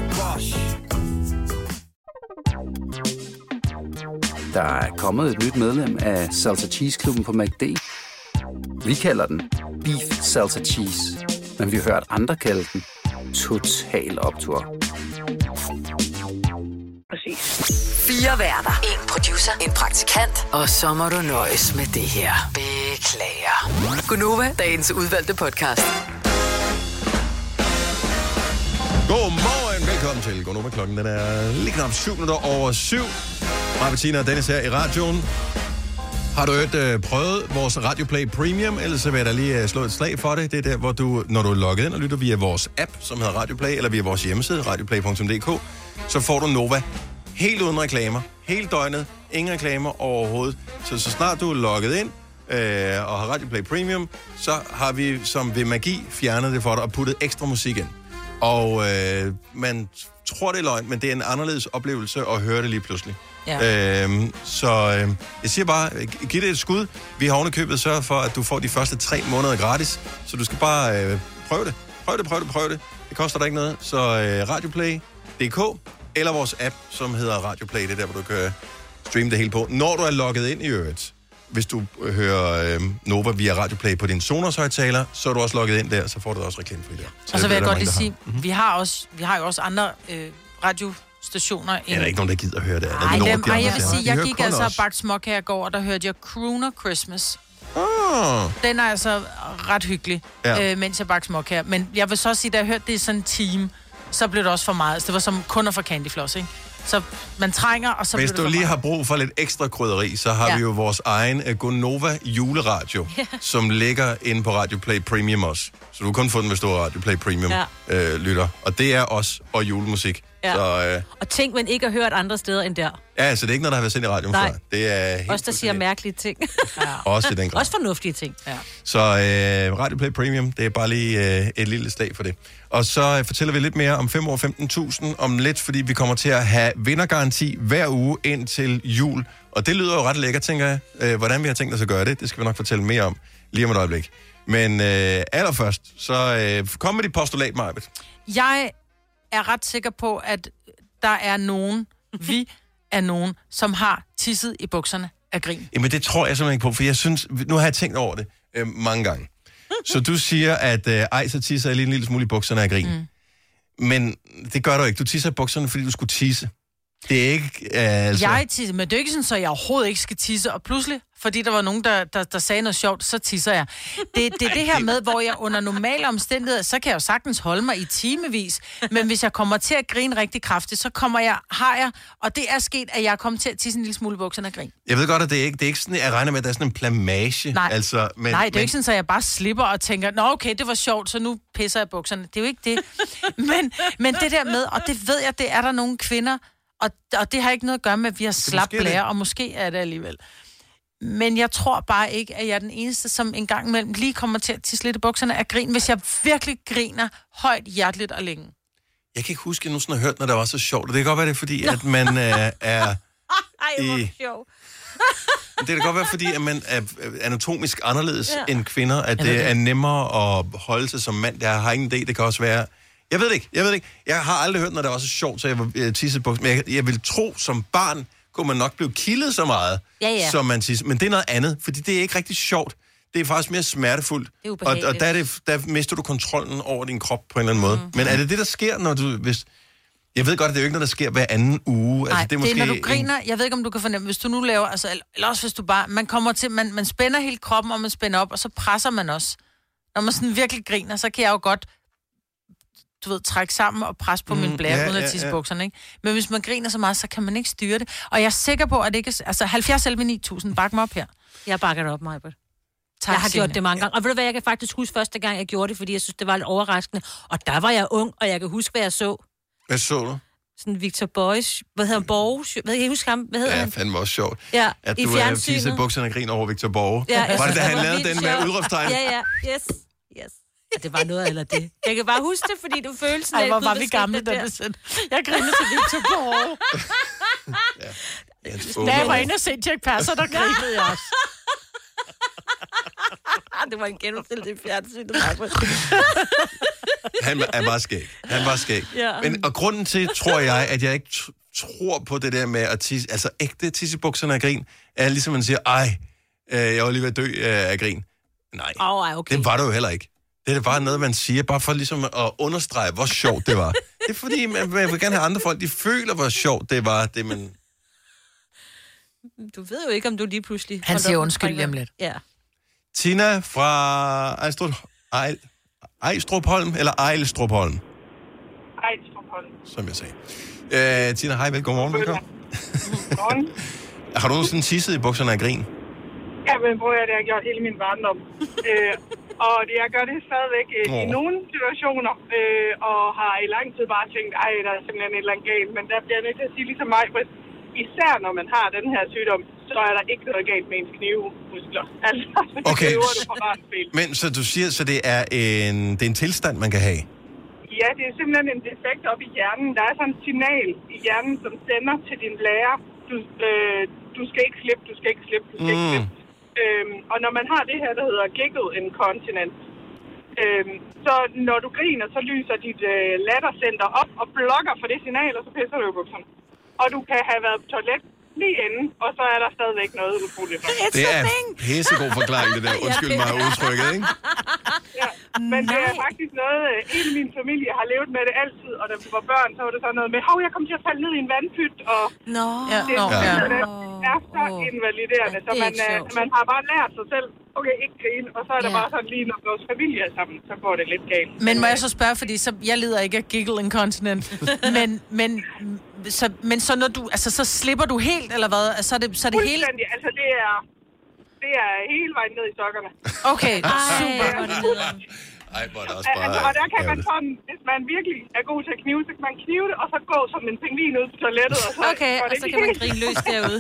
Der er kommet et nyt medlem af Salsa Cheese Klubben på McD. Vi kalder den Beef Salsa Cheese, men vi har hørt andre kalde den Total Optur. Præcis. Fire værter. En producer. En praktikant. Og så må du nøjes med det her. Beklager. Gunova, dagens udvalgte podcast. Godmorgen, velkommen til Gunova. Klokken den er lige knap syv minutter over syv. Mig, Bettina og Dennis her i radioen. Har du hørt øh, prøvet vores Radioplay Premium, ellers så vil jeg da lige øh, slå et slag for det. Det er der, hvor du, når du er logget ind og lytter via vores app, som hedder Radioplay, eller via vores hjemmeside, radioplay punktum d k, så får du Nova helt uden reklamer, hele døgnet, ingen reklamer overhovedet. Så så snart du er logget ind øh, og har Radioplay Premium, så har vi som ved magi fjernet det for dig og puttet ekstra musik ind. Og øh, man tror, det er løgn, men det er en anderledes oplevelse at høre det lige pludselig. Ja. Øhm, så øh, jeg siger bare, giv det et skud. Vi har ovenikøbet sørget for, at du får de første tre måneder gratis. Så du skal bare øh, prøve det. Prøv det, prøv det, prøv det. Det koster dig ikke noget. Så øh, radioplay punktum d k eller vores app, som hedder Radioplay. Det er der, hvor du kan streame det hele på. Når du er logget ind i øvrigt, hvis du hører øh, Nova via Radioplay på din Sonos-højttaler, så er du også logget ind der, så får du også reklamefri der. Så og så vil jeg godt lige sige, mm-hmm. vi har også vi har jo også andre øh, radiostationer. Ja, der er ikke nogen, der gider at høre det. Nej, dem, de jeg vil sige, jeg gik altså og bagt smuk her i går, og der hørte jeg Crooner Christmas. Oh. Den er altså ret hyggelig, ja. øh, mens jeg bagte smuk her. Men jeg vil så sige, da jeg hørte det i sådan en time, så blev det også for meget. Altså, det var som kunder for Candy Floss, ikke? Så man trænger, og så Hvis bliver det du for lige meget. har brug for lidt ekstra krydderi, så har ja. vi jo vores egen uh, Gonova juleradio, ja. som ligger inde på Radioplay Premium også. Så du kan kun få den, hvis du har Radioplay Premium ja. øh, lytter. Og det er os og julemusik. Ja. Så, øh, og ting, man ikke har hørt andre steder end der. ja, så det er ikke noget, der har været sendt i radioen Nej. før. Det er helt også der siger mærkelige ting. ja. Også i den grad. Også fornuftige ting. Ja. Så øh, Radioplay Premium, det er bare lige øh, et lille slag for det. Og så øh, fortæller vi lidt mere om fem år femten tusind om lidt, fordi vi kommer til at have vindergaranti hver uge ind til jul. Og det lyder jo ret lækkert, tænker jeg. Øh, hvordan vi har tænkt os at gøre det, det skal vi nok fortælle mere om lige om et øjeblik. Men øh, allerførst, så øh, kom med dit postulat, Marbet. Jeg er ret sikker på, at der er nogen, vi er nogen, som har tisset i bukserne af grin. Jamen det tror jeg simpelthen ikke på, for jeg synes, nu har jeg tænkt over det øh, mange gange. Så du siger, at øh, ej, så tisser jeg lige en lille smule i bukserne af grin. Mm. Men det gør du ikke. Du tisser i bukserne, fordi du skulle tisse. Det er ikke... Øh, altså... Jeg tisser, men det er ikke sådan, så jeg overhovedet ikke skal tisse. Og pludselig, fordi der var nogen, der, der, der sagde noget sjovt, så tisser jeg. Det, det er det her med, hvor jeg under normale omstændigheder, så kan jeg jo sagtens holde mig i timevis. Men hvis jeg kommer til at grine rigtig kraftigt, så kommer jeg, har jeg, og det er sket, at jeg er kommet til at tisse en lille smule i bukserne af grin. Jeg ved godt, at det er ikke, det er ikke sådan, jeg regner med, at der er sådan en plamage. Nej, altså, men, Nej det er men... ikke sådan, at jeg bare slipper og tænker, nå okay, det var sjovt, så nu pisser jeg i bukserne. Det er jo ikke det. men, men det der med, og det ved jeg, det er der nogle kvinder, og, og det har ikke noget at gøre med, at vi har slap blære, og måske er det alligevel. Men jeg tror bare ikke, at jeg er den eneste, som en gang imellem lige kommer til at tisse lidt i bukserne af grin, hvis jeg virkelig griner højt, hjerteligt og længe. Jeg kan ikke huske, at jeg nogensinde har hørt, når det var så sjovt. Og det kan godt være, det er fordi, at man øh, er... Ej, hvor i... sjov. Det kan godt være, fordi at man er anatomisk anderledes ja. end kvinder, at det, det er nemmere at holde sig som mand. Jeg har ingen idé, det kan også være... Jeg ved det ikke, jeg ved det ikke. Jeg har aldrig hørt, når det var så sjovt, så jeg var tisset på. Men jeg, jeg vil tro, som barn kunne man nok blive kildet så meget, ja, ja. som man tisser. Men det er noget andet, fordi det er ikke rigtig sjovt. det er faktisk mere smertefuldt. Det er og, ubehageligt. og der, er det, der mister du kontrollen over din krop på en eller anden måde. Mm. Men er det det, der sker, når du... Hvis, jeg ved godt, at det er jo ikke noget, der sker hver anden uge. Nej, altså, det er, måske det er, når du en... griner. Jeg ved ikke, om du kan fornemme, hvis du nu laver... Altså, eller også hvis du bare... Man kommer til... Man, man spænder hele kroppen, og man spænder op, og så presser man også. Når man sådan virkelig griner, så kan jeg jo godt... du ved, trække sammen og presse på mm, min blære, ja, uden at tisse ja, ja. bukserne, ikke? Men hvis man griner så meget, så kan man ikke styre det. Og jeg er sikker på, at det ikke er... Altså, halvfjerds elleve ni tusind, bak mig op her. Jeg bakker det op, Majbert. Tak, jeg har Signe. gjort det mange gange. Og ved du hvad, jeg kan faktisk huske første gang, jeg gjorde det, fordi jeg synes, det var lidt overraskende. Og der var jeg ung, og jeg kan huske, hvad jeg så. Hvad så du? Sådan Victor Boys, hvad hedder han, Borge? Hvad kan jeg huske ham? Hvad hedder ja, han? Ja, fandme også sjovt. Ja, at i du fjernsynet. At tisse bukserne og grin over Victor Borge. Ja, var det, da han var lavede den med udråbstegn? Ja, ja, yes, yes. Ja, det var noget eller det. Jeg kan bare huske det, fordi du følte sådan... Ej, hvor var vi gamle, da det sådan. Jeg griner til Victor Borge. ja. Da jeg var inde og se Dirch Passer, der grinede jeg også. Det var en genudstillet i fjernsynet. Han er bare skæg. Han var skæg. Ja. Men, og grunden til, tror jeg, at jeg ikke t- tror på det der med at tisse, altså ægte tissebukserne af grin, er ligesom man siger, ej, øh, jeg var lige ved at dø øh, af grin. Nej, oh, okay. det var det jo heller ikke. Det er bare noget, man siger, bare for ligesom at understrege, hvor sjovt det var. Det er fordi, man, man vil gerne have andre folk, de føler, hvor sjovt det var, det man... Du ved jo ikke, om du lige pludselig... Han siger undskyld hjem lidt. Ja. Tina fra Ejstrup, Ejl, Ejstrupholm, eller Ejlstrupholm? Ejstrupholm. Som jeg sagde. Øh, Tina, hej, vel, godmorgen, velkommen. Godmorgen. Har du nogensinde tisset i bukserne af grin? Ja, men prøv at det har jeg gjort hele min barndom. øh, og det, jeg gør det stadigvæk øh, oh. i nogle situationer, øh, og har i lang tid bare tænkt, ej, der er simpelthen et eller andet galt. Men der bliver jeg nødt til at sige ligesom mig, især når man har den her sygdom, så er der ikke noget galt med ens knivemuskler. Altså, okay. det er du på rart spil. Men så du siger, så det er en, det er en tilstand, man kan have? Ja, det er simpelthen en defekt op i hjernen. Der er sådan et signal i hjernen, som sender til din blære. Du, øh, du skal ikke slippe, du skal ikke slippe, du skal mm. ikke slippe. Øhm, og når man har det her, der hedder giggle incontinence, øhm, så når du griner, så lyser dit øh, lattercenter op og blokker for det signal, og så pisser du i bukserne. Og du kan have været på toilet lige inden, og så er der stadigvæk noget utroligt. Det er pissegod forklaring, det der. Undskyld mig udtrykket, ikke? Ja, men Nej. det er faktisk noget, hele min familie har levet med det altid, og da vi var børn, så var det sådan noget med, hov, jeg kom til at falde ned i en vandpyt, og Nå. det, Nå. det, Ja. det er så invaliderende, så man, man har bare lært sig selv, okay, ikke grine, og så er det ja. bare sådan lige, når vores familie er sammen, så går det lidt galt. Men må jeg så spørge, fordi så, jeg lider ikke af giggle incontinence, men, men, så, men så når du, altså så slipper du helt, eller hvad? Altså, så er det, så er det hele... altså det er, det er hele vejen ned i sokkerne. Okay, super. Ej, hvor er det også bare... Altså, og der kan man sådan, hvis man virkelig er god til at knive, så kan man knive det, og så gå som en pingvin ud på toilettet, og så... Okay, og så kan man grine løs derude.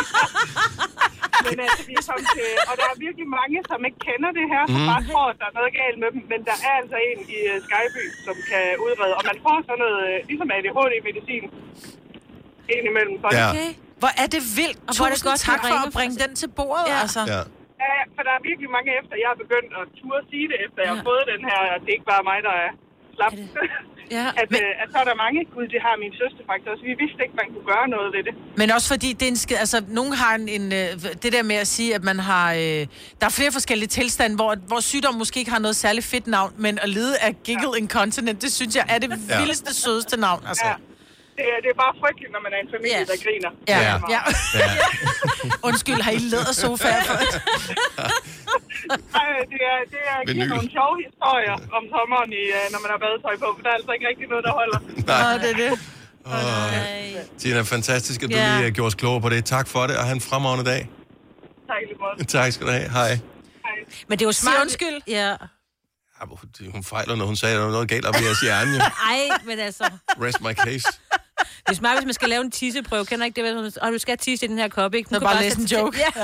Men altså, vi er sådan til... Og der er virkelig mange, som ikke kender det her, som mm. bare tror, at der er noget galt med dem. Men der er altså en i uh, Skyby, som kan udrede. Og man får sådan noget, uh, ligesom A D H D-medicin, indimellem. Sådan. Ja. Okay. Hvor er det vildt. Og hvor er det godt tak for at bringe den til bordet, ja. altså. Ja. Ja, for der er virkelig mange efter, jeg har begyndt at turde sige det, efter jeg har fået den her, at det ikke bare er mig, der er slap. Er ja, at, men... øh, at så er der mange, gud, det har min søster faktisk også. Vi vidste ikke, man kunne gøre noget ved det. Men også fordi, det er en skid, altså, nogen har en, en, det der med at sige, at man har, øh, der er flere forskellige tilstande, hvor, hvor sygdom måske ikke har noget særligt fedt navn, men at lide af giggle ja. incontinent, det synes jeg er det ja. vildeste, sødeste navn, altså. Ja. Det er, det er bare frygteligt, når man er en familie, yeah. der griner. Ja, ja. ja. ja. Undskyld, har I lædersofaer for det? Nej, det er, det er giver nogle sjove historier om sommeren, i, når man har badetøj på, for der er altså ikke rigtig noget, der holder. Nej, det er det. Oh. Tina, fantastisk, at du yeah. lige gjorde os klogere på det. Tak for det, og have en fremragende dag. Tak lige måde. Tak skal du have. Hej. Hej. Men det er jo smart. Sig undskyld. Ja. Ja, hun fejler, når hun sagde, at der var noget galt op i jeres hjerne. Jo. Ej, men altså... Rest my case. Det er smart, hvis man skal lave en tisseprøve. Kender ikke det? Og du skal tisse i den her kop, ikke? Du kan bare, bare læse en joke. Ja.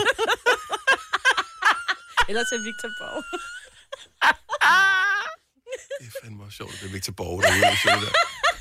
Eller til Victor Borg. Det er fandme sjovt, at det er Victor Borg, der er ude og der.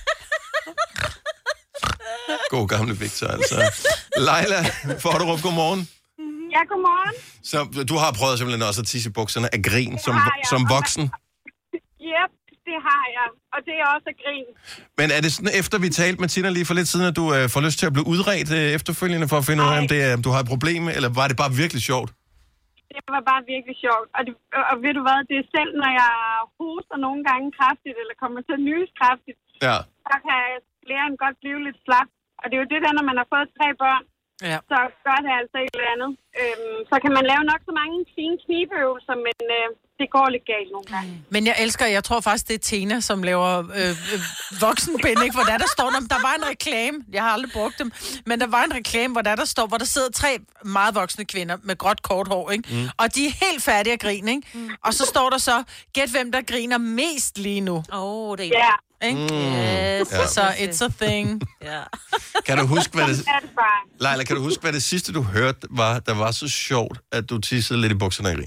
God gamle Victor, altså. Leila, Forderup, godmorgen. Ja, godmorgen. Så du har prøvet simpelthen også at tisse i bukserne af grin som, som voksen? Yep, det har jeg. Og det er også af grin. Men er det sådan, efter vi talte med Tina lige for lidt siden, at du øh, får lyst til at blive udredt øh, efterfølgende for at finde ud af, om, det, om du har et problem, eller var det bare virkelig sjovt? det var bare virkelig sjovt. Og, det, og ved du hvad, det er selv, når jeg hoster nogle gange kraftigt, eller kommer til at nyse kraftigt, ja. så kan læren godt blive lidt slap. Og det er jo det der, når man har fået tre børn, ja. så gør det altså et eller andet. Øhm, så kan man lave nok så mange fine knibeøvelser, men øh, det går lidt galt nogle gange. Men jeg elsker, jeg tror faktisk, det er Tina, som laver øh, øh, voksenbind, ikke? Hvor der, der står, der var en reklame, jeg har aldrig brugt dem, men der var en reklame, hvor der, der står, hvor der sidder tre meget voksne kvinder med gråt kort hår, ikke? Mm. Og de er helt færdige at grine, ikke? Mm. Og så står der så, gæt hvem der griner mest lige nu. Åh, oh, det er ja. Ikke? Mm. Yes. Ja. Så it's a thing. Ja. Kan du huske, hvad det... Leila, kan du huske, hvad det sidste, du hørte, var, der var så sjovt, at du tissede lidt i bukserne i grin?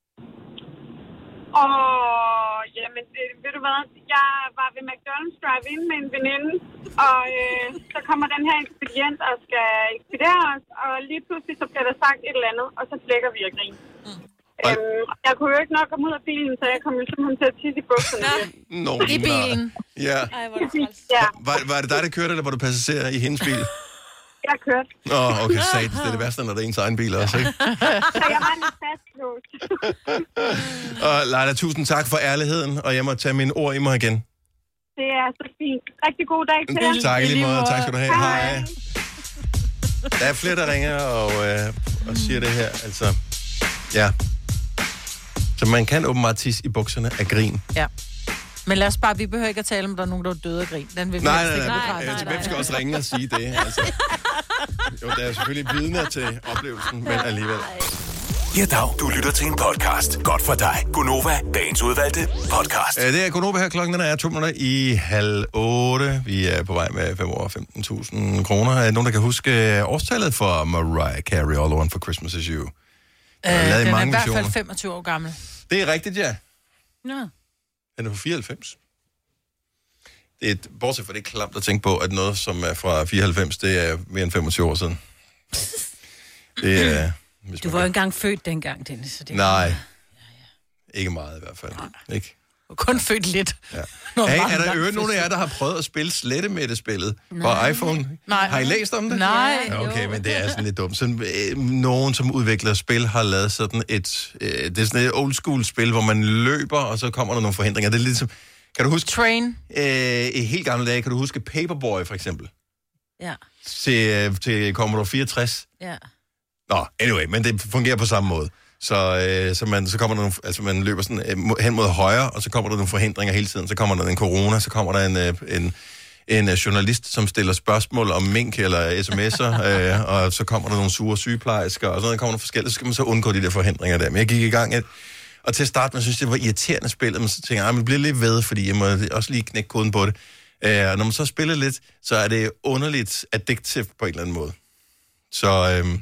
Åh, jamen, det, ved du hvad? Jeg var ved McDonald's drive-in med en veninde, og øh, så kommer den her ekspedient og skal ekspedere os, og lige pludselig så bliver der sagt et eller andet, og så flækker vi at grine. Mm. Øhm, jeg kunne jo ikke nok komme ud af bilen, så jeg kom jo simpelthen til at tisse i bukserne. Nå, I bilen? Ja. Ej, hvor er det ja. Var, var det dig, der kørte, eller var du passager i hendes bil? Jeg kørte. Åh, oh, okay, satans. Det er det værste, når det er ens egen bil også, ikke? Så jeg var lidt fastlåst. Og Leila, tusind tak for ærligheden, og jeg må tage mine ord i mig igen. Det er så fint. Rigtig god dag til jer. Tak i lige måde. Tak skal du have. Hej. Hej. Der er flere, der ringer og, øh, og siger det her. Altså, ja. Så man kan åbenbart tisse i bukserne af grin. Ja. Men lad os bare, vi behøver ikke at tale om, der er nogen, der er døde af grin. Den vil vi nej, nej, nej. nej, nej, nej. Hvem skal også ringe og sige det? Altså, jo, der er selvfølgelig vidner til oplevelsen, men alligevel. Ja, dag. Du lytter til en podcast. Godt for dig. Gunova, dagens udvalgte podcast. Det er Gunova her. Klokken er to minutter i halv otte. Vi er på vej med fem år femten tusind kroner. Er nogen, der kan huske årstallet for Mariah Carey, All I Want for Christmas Is You? Øh, den er i hvert versioner. fald femogtyve år gammel. Det er rigtigt, ja. Ja. Den er på fireoghalvfems. Det er et, bortset fra det klamt at tænke på, at noget, som er fra fireoghalvfems, det er mere end femogtyve år siden. Det er... Du var jo engang født dengang, Dennis. Så det Nej. Ja, ja. Ikke meget i hvert fald. Nej. Ikke? Kun født lidt. Ja. Hey, er der øvrigt nogen af jer, der har prøvet at spille slettemætte-spillet på iPhone? Nej. Har I læst om det? Nej. Ja, okay, men det er sådan lidt dumt. Sådan, øh, nogen, som udvikler spil, har lavet sådan et... Øh, det er sådan et old school spil, hvor man løber, og så kommer der nogle forhindringer. Det er lidt som... Kan du huske... Train. Øh, I helt gamle dage, kan du huske Paperboy, for eksempel? Ja. Til, til Commodore fireogtres? Ja. Nå, anyway, men det fungerer på samme måde. Så, øh, så, man, så kommer der nogle, altså man løber sådan øh, hen mod højre, og så kommer der nogle forhindringer hele tiden. Så kommer der en corona, så kommer der en, øh, en, en øh, journalist, som stiller spørgsmål om mink eller sms'er, øh, og så kommer der nogle sure sygeplejersker, og sådan noget, kommer der forskelligt, så skal man så undgå de der forhindringer der. Men jeg gik i gang, et, og til at starte, man synes, det var irriterende spillet, men så tænker jeg, man bliver lidt ved, fordi jeg må også lige knække koden på det. Øh, og når man så spiller lidt, så er det underligt addictive på en eller anden måde. Så, øh,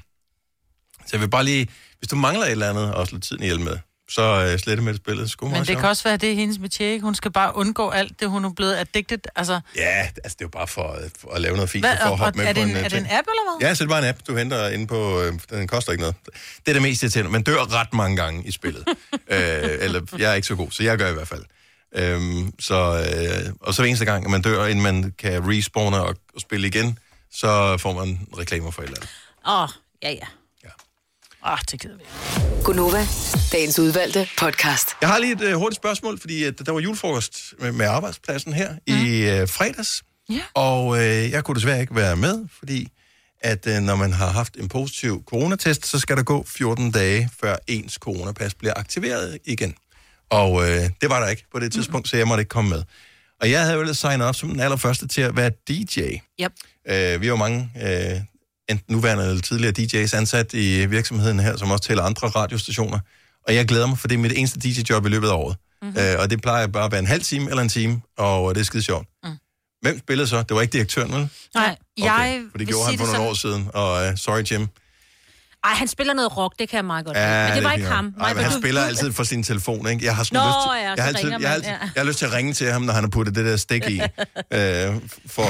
så jeg vil bare lige... Hvis du mangler et eller andet, og slå tiden ihjel med, så uh, slette med det spillet. Skål, men det kan også være, at det er hendes metier. Hun skal bare undgå alt det, hun er blevet addicted. Altså... Ja, altså det er jo bare for, for at lave noget fint, hvad, for at hoppe med er på det en, en, er det en app, eller hvad? Ja, så det er bare en app, du henter inde på... Øh, den koster ikke noget. Det er det mest irriterende. Man dør ret mange gange i spillet. øh, eller jeg er ikke så god, så jeg gør i hvert fald. Øhm, så, øh, og så eneste gang, at man dør, inden man kan respawne og, og spille igen, så får man reklamer for et eller andet. Åh, oh, ja, ja. Ah, det gider vi. Gunova, dagens udvalgte podcast. Jeg har lige et uh, hurtigt spørgsmål, fordi uh, der var julefrokost med, med arbejdspladsen her mm. i uh, fredags. Ja. Og uh, jeg kunne desværre ikke være med, fordi at uh, når man har haft en positiv coronatest, så skal der gå fjorten dage, før ens coronapas bliver aktiveret igen. Og uh, det var der ikke på det tidspunkt, mm. så jeg måtte ikke komme med. Og jeg havde jo ellers signet op som den allerførste til at være D J. Yep. Uh, vi var mange... Uh, enten nuværende eller tidligere D J's ansat i virksomheden her, som også tæller andre radiostationer. Og jeg glæder mig, for det er mit eneste D J-job i løbet af året. Mm-hmm. Øh, og det plejer bare at være en halv time eller en time, og det er skide sjovt. Mm. Hvem spillede så? Det var ikke direktøren, vel? Nej, okay, jeg for det gjorde han for nogle så... år siden, og uh, sorry Jim. Ej, han spiller noget rock, det kan jeg meget godt ja, lide. Men det, det var ikke ham. Nej, men han spiller altid for sin telefon, ikke? Jeg har sgu Nå, lyst til, ja, jeg har altid, man, jeg har, altid, ja. jeg har lyst til at ringe til ham, når han har puttet det der stik i. øh, for...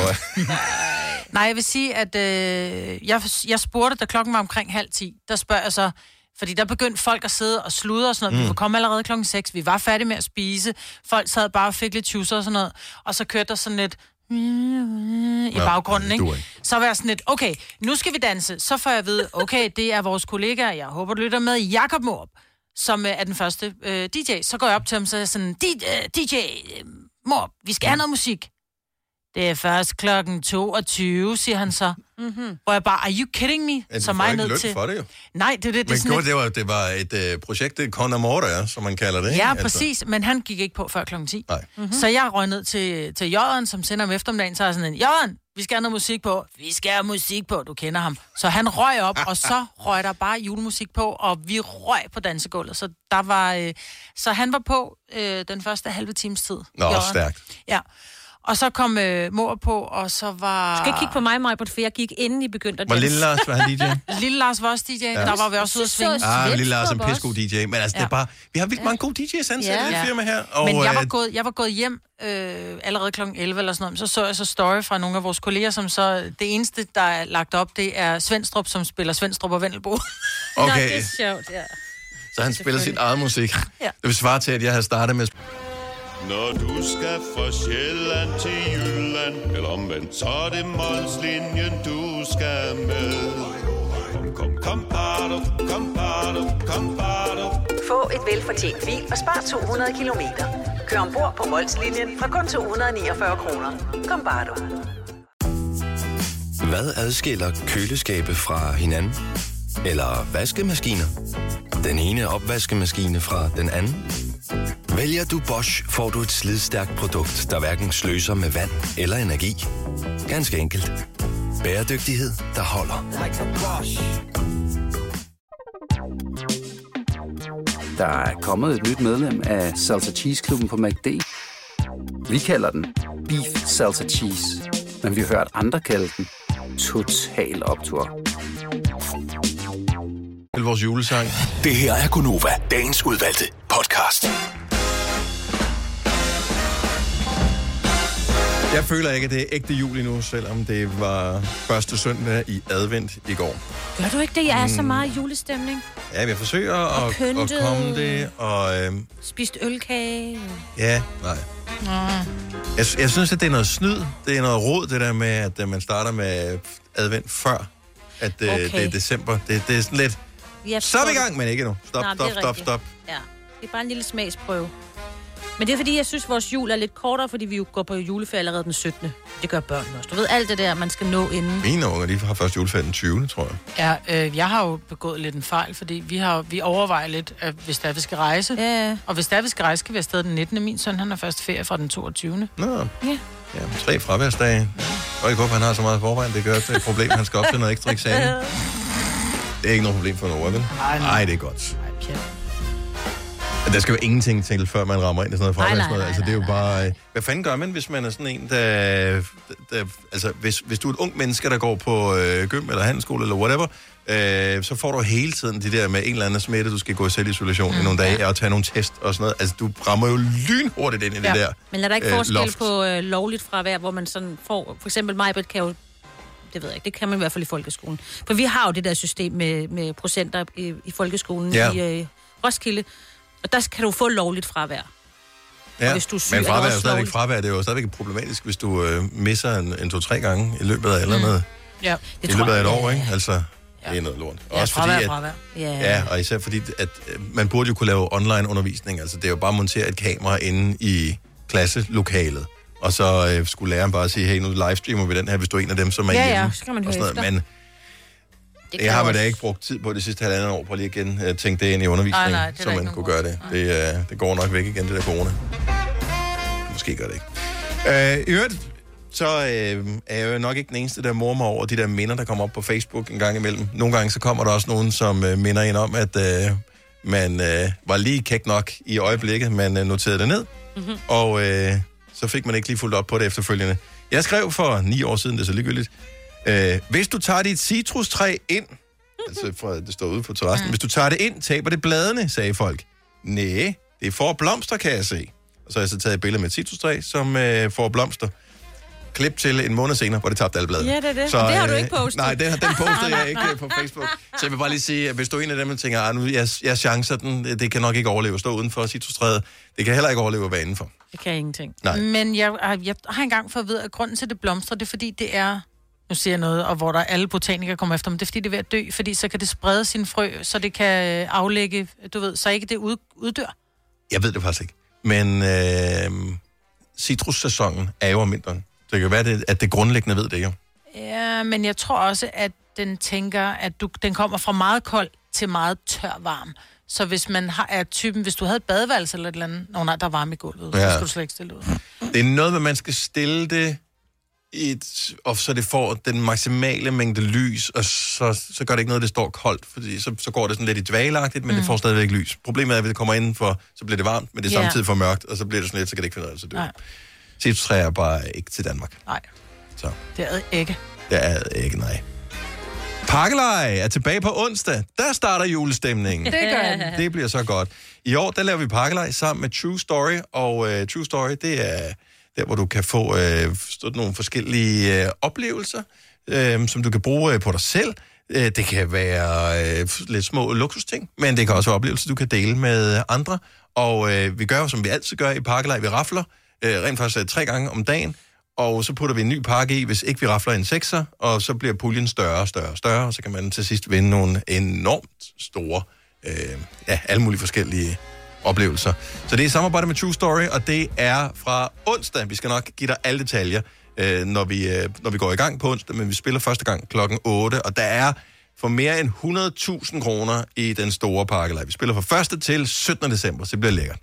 Nej, jeg vil sige, at øh, jeg, jeg spurgte, da klokken var omkring halv ti, der spørger jeg så, fordi der begyndte folk at sidde og sludre og sådan noget. Mm. Vi var kommet allerede klokken seks, vi var færdige med at spise, folk sad bare og fik lidt tjusser og sådan noget, og så kørte der sådan lidt, i baggrunden, ikke? Så var jeg sådan lidt, okay, nu skal vi danse. Så får jeg at vide, okay, det er vores kollega, jeg håber, du lytter med, Jakob Morup, som er den første øh, D J. Så går jeg op til ham, så er jeg sådan, D J Morup, vi skal have noget musik. Det er først klokken toogtyve, siger han så. Mm-hmm. Hvor jeg bare, are you kidding me? Ja, så mig ned til. For det jo. Nej, det er det. Men det, god, det, var, det var et uh, projekt, con amore, som man kalder det, ikke? Ja, præcis. Altså. Men han gik ikke på før klokken ti. Nej. Mm-hmm. Så jeg røg ned til, til Jørgen, som sender om eftermiddagen, så er sådan en, Jørgen, vi skal have noget musik på. Vi skal have musik på, du kender ham. Så han røg op, og så røg der bare julemusik på, og vi røg på dansegulvet. Så der var, øh, så han var på øh, den første halve times tid. Nå, Jørgen. Stærkt. Ja. Og så kom øh, mor på, og så var... Du skal ikke kigge på mig, Majbert, for jeg gik inden I begyndte at danse. Var Lille Lars, var han D J? Lille Lars var også D J, ja. Der var vi også ude at svinge. Ah, Lille Lars er en pissegod D J, men altså, ja. Det er bare... Vi har vildt mange gode D J's ansat ja. i det firma her. Og, men jeg var, gået, jeg var gået hjem øh, allerede klokken elleve eller sådan noget, så så jeg så story fra nogle af vores kolleger, som så... Det eneste, der er lagt op, det er Svendstrup, som spiller Svendstrup og Vendelbo. Okay. Nå, det er sjovt, ja. Så han spiller sit eget musik. Ja. Det vil svare til, at jeg havde startet med... Når du skal fra Sjælland til Jylland, eller omvendt, så er det Molslinjen, du skal med. Kom, kom, kom, bado, kom, bado, kom, bado. Få et velfortjent bil og spar to hundrede kilometer. Kør ombord på Molslinjen fra kun to hundrede niogfyrre kroner. Kom, bado. Hvad adskiller køleskabe fra hinanden? Eller vaskemaskiner? Den ene opvaskemaskine fra den anden? Vælger du Bosch, får du et slidstærkt produkt, der hverken sløser med vand eller energi. Ganske enkelt. Bæredygtighed, der holder. Der er kommet et nyt medlem af Salsa Cheese Klubben på McD. Vi kalder den Beef Salsa Cheese, men vi har hørt andre kalde den Total Optur. Vores julesang. Det her er Gunova, dagens udvalgte podcast. Jeg føler ikke, at det er ægte jul endnu, selvom det var første søndag i advent i går. Gør du ikke det? Jeg er mm. så meget julestemning. Ja, jeg forsøger at, at komme det, og... Øhm, spist ølkage. Ja, nej. Mm. Jeg, jeg synes, at det er noget snyd. Det er noget rod, det der med, at man starter med advent før, at okay. det er december. Det, det er sådan lidt... Så er vi i gang, men ikke endnu. Stop, Nej, stop, stop, stop. Ja, det er bare en lille smagsprøve. Men det er fordi, jeg synes, at vores jul er lidt kortere, fordi vi jo går på juleferie allerede den syttende Det gør børnene også. Du ved, alt det der, man skal nå inden. Mine unger, de har først juleferie den tyvende tror jeg. Ja, øh, jeg har jo begået lidt en fejl, fordi vi, har, vi overvejer lidt, at hvis der vi skal rejse. Ja. Og hvis der vi skal rejse, skal vi afsted den nittende Min søn, han har først ferie fra den toogtyvende Nå. Ja. Ja, tre fraværsdage. Og ikke håber, han har så meget forvejen. Det gør det et problem, han skal op til noget ekstra eksamen. Det er ikke noget problem for Nora, vel? Nej, nej. Det er godt. Nej, der skal jo ingenting til, før man rammer ind i sådan noget fraværsmøde. Nej, nej, altså, det er jo bare... Hvad fanden gør man, hvis man er sådan en, der... der altså, hvis, hvis du er et ung menneske, der går på øh, gym eller handelsskole eller whatever, øh, så får du hele tiden de der med en eller anden smitte, du skal gå i selvisolation mm, i nogle dage ja. og tage nogle test og sådan noget. Altså, du rammer jo lynhurtigt ind i ja. det der Men er der ikke øh, forskel loft. på øh, lovligt fravær, hvor man sådan får... For eksempel Majbert kan jo... Det ved jeg ikke. Det kan man i hvert fald i folkeskolen. For vi har jo det der system med, med procenter i, i folkeskolen ja. i øh, Roskilde. Og der kan du få lovligt fravær. Ja, hvis du er syg, men fravær er jo stadigvæk lovligt. fravær. Det er jo stadigvæk problematisk, hvis du øh, misser en, en to-tre gange i løbet af eller andet. Mm. Ja, I løbet af et år, ikke? Altså, ja. det er noget lort. Ja, også fravær, fordi, at, fravær. Ja. ja, og især fordi, at øh, man burde jo kunne lave online undervisning. Altså, det er jo bare at montere et kamera inde i klasselokalet. Og så øh, skulle læreren bare sige, hey, nu livestreamer vi den her, hvis du er en af dem, som er ja, hjemme. Ja, så kan man høre efter. Men jeg har man da ikke brugt tid på det sidste halvandet år, på lige igen uh, tænke det ind i undervisningen, nej, nej, så man kunne gøre det. Det, uh, det går nok væk igen, det der corona. Måske gør det ikke. Uh, I øvrigt, så uh, er jeg jo nok ikke den eneste, der mormer over de der minder, der kommer op på Facebook en gang imellem. Nogle gange så kommer der også nogen, som uh, minder ind om, at uh, man uh, var lige kæk nok i øjeblikket, man uh, noterede det ned, mm-hmm. og uh, så fik man ikke lige fulgt op på det efterfølgende. Jeg skrev for ni år siden, det er så ligegyldigt, Uh, hvis du tager dit citrustræ ind, altså fra, det står ude på terrassen, mm. hvis du tager det ind, taber det bladene, sagde folk. Næh, det får blomster, kan jeg se. Og så har jeg så taget et billede med et citrustræ, som uh, får blomster. klip til en måned senere, hvor det tabte alle blade. Ja, det er det. Så, det har du ikke postet. Nej, den, den postede jeg ikke på Facebook. Så jeg vil bare lige sige, at hvis du er en af dem, der tænker, at nu, jeg, jeg chancer den, det kan nok ikke overleve at stå udenfor citrustræet. Det kan heller ikke overleve at være indenfor. Det kan ingenting. Nej. Men jeg, jeg har engang fået at vide, at grunden til, det blomstrer, det er, fordi det er... Nu siger jeg noget, og hvor der alle botanikere kommer efter, men det er, fordi det er ved at dø, fordi så kan det sprede sin frø, så det kan aflægge, du ved, så ikke det ud, uddør. Jeg ved det faktisk ikke. Men øh, citrussæsonen er jo om vinteren. Det kan være, det, at det grundlæggende ved det jo. Ja, men jeg tror også, at den tænker, at du, den kommer fra meget kold til meget tør varm. Så hvis man har, er typen, hvis du havde et badeværelse eller et eller andet, nå nej, der er varme i gulvet, ja. Så skal du slet ikke stille ud. Det er noget med, man skal stille det, et, og så det får den maksimale mængde lys, og så, så gør det ikke noget, det står koldt, fordi så, så går det sådan lidt i dvagelagtigt, men mm. det får stadigvæk lys. Problemet er, at hvis det kommer indenfor, så bliver det varmt, men det er samtidig for mørkt, og så bliver det sådan lidt, så kan det ikke finde ud af, så dør. Citrustræer er bare ikke til Danmark. Nej. Så. Det er ikke. Det er ikke, nej. Pakkelej er tilbage på onsdag. Der starter julestemningen. Det gør den. Det bliver så godt. I år, der laver vi pakkelej sammen med True Story, og uh, True Story, det er der, hvor du kan få uh, nogle forskellige uh, oplevelser, uh, som du kan bruge uh, på dig selv. Uh, det kan være uh, lidt små luksusting, men det kan også være oplevelser, du kan dele med andre. Og uh, vi gør, som vi altid gør i pakkelej, vi rafler uh, rent faktisk uh, tre gange om dagen, og så putter vi en ny pakke i, hvis ikke vi rafler en sekser, og så bliver puljen større og større og større, og så kan man til sidst vinde nogle enormt store, øh, ja, alle mulige forskellige oplevelser. Så det er samarbejde med True Story, og det er fra onsdag. Vi skal nok give dig alle detaljer, øh, når, vi, øh, når vi går i gang på onsdag, men vi spiller første gang klokken otte, og der er for mere end hundrede tusind kroner i den store pakkelej. Vi spiller fra første til syttende december, så det bliver lækkert.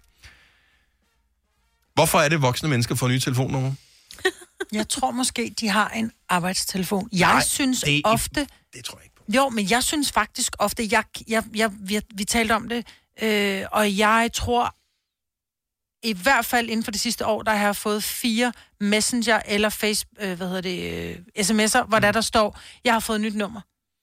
Hvorfor er det voksne mennesker får nye telefonnumre? Jeg tror måske, de har en arbejdstelefon. Jeg Nej, synes det, ofte... Det tror jeg ikke på. Jo, men jeg synes faktisk ofte... Jeg, jeg, jeg, vi, vi talte om det, øh, og jeg tror... I hvert fald inden for det sidste år, der har jeg fået fire Messenger eller face, øh, hvad hedder det, øh, sms'er, hvor der, der står, jeg har fået et nyt nummer.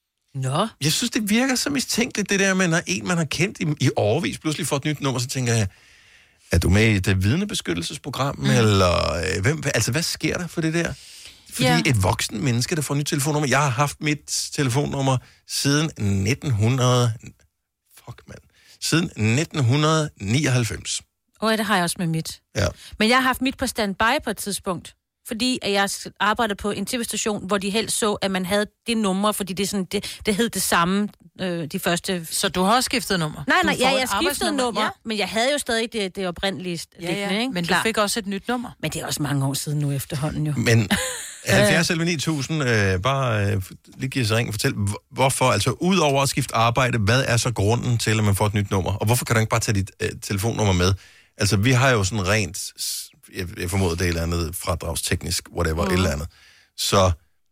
Nå. Jeg synes, det virker så mistænkeligt, det der med, når en, man har kendt i, i årevis, pludselig får et nyt nummer, så tænker jeg... Er du med i det vidnebeskyttelsesprogram, mm. eller øh, hvem, altså hvad sker der for det der? Fordi ja. Et voksen menneske, der får nyt telefonnummer, jeg har haft mit telefonnummer siden nitten hundrede, fuck mand, siden nitten nioghalvfems. Åh, oh, det har jeg også med mit. Ja. Men jeg har haft mit på standby på et tidspunkt, fordi at jeg arbejdede på en tv-station, hvor de helst så, at man havde det nummer, fordi det, sådan, det, det hed det samme, øh, de første... Så du har også skiftet nummer? Nej, nej, ja, jeg skiftede nummer, ja. Men jeg havde jo stadig det, det oprindelige ja, ja. liggende, ikke? Men Klar. du fik også et nyt nummer. Men det er også mange år siden nu efterhånden, jo. Men halvfjerds elleve ni tusind, øh, bare øh, lige give sig ring og fortæl, hvorfor, altså ud over at skifte arbejde, hvad er så grunden til, at man får et nyt nummer? Og hvorfor kan du ikke bare tage dit øh, telefonnummer med? Altså, vi har jo sådan rent... Jeg, jeg formoder, det er et eller andet fradragsteknisk, whatever, mm. et eller andet. Så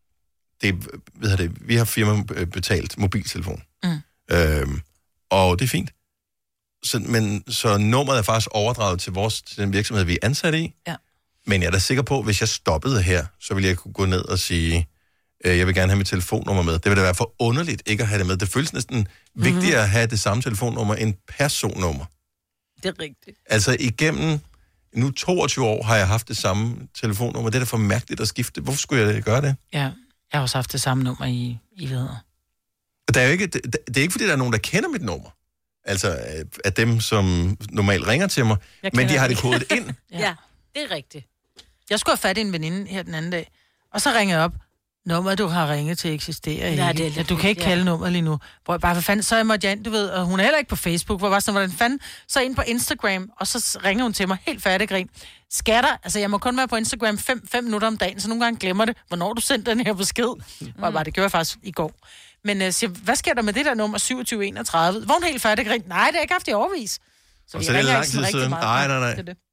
det, ved det, vi har firma betalt mobiltelefon. Mm. Øhm, og det er fint. Så, men, så nummeret er faktisk overdraget til, vores, til den virksomhed, vi er ansat i. Ja. Men jeg er da sikker på, at hvis jeg stoppede her, så ville jeg kunne gå ned og sige, øh, jeg vil gerne have mit telefonnummer med. Det vil da være for underligt ikke at have det med. Det føles næsten mm-hmm. vigtigere at have det samme telefonnummer end personnummer. Det er rigtigt. Altså igennem... Nu toogtyve år har jeg haft det samme telefonnummer. Det er da for mærkeligt at skifte. Hvorfor skulle jeg gøre det? Ja, jeg har også haft det samme nummer i, i videre. Der er jo ikke, det, det er ikke, fordi der er nogen, der kender mit nummer. Altså, af dem, som normalt ringer til mig. Men de har det kodet ind. Ja. Ja, det er rigtigt. Jeg skulle have fat i en veninde her den anden dag. Og så ringede jeg op. Nummer, du har ringet til, eksisterer ikke. Nej, det er lidt, ja, du kan ikke kalde ja. nummer lige nu. Hvor jeg bare, hvad fanden, så jeg måtte jeg ind, du ved, og hun er heller ikke på Facebook, hvor jeg var sådan, hvordan fanden, så ind på Instagram, og så ringer hun til mig helt færdig grin. Skatter, altså jeg må kun være på Instagram fem, fem minutter om dagen, så nogle gange glemmer det, hvornår du sendte den her besked. Mm. Hvor jeg bare, det gjorde jeg faktisk i går. Men uh, siger, hvad sker der med det der nummer syvogtyve enogtredive? Hvor hun helt færdig grin? Nej, det har jeg ikke haft i overvis. Så, og så det er lang tid siden. Nej, nej, nej. Det det.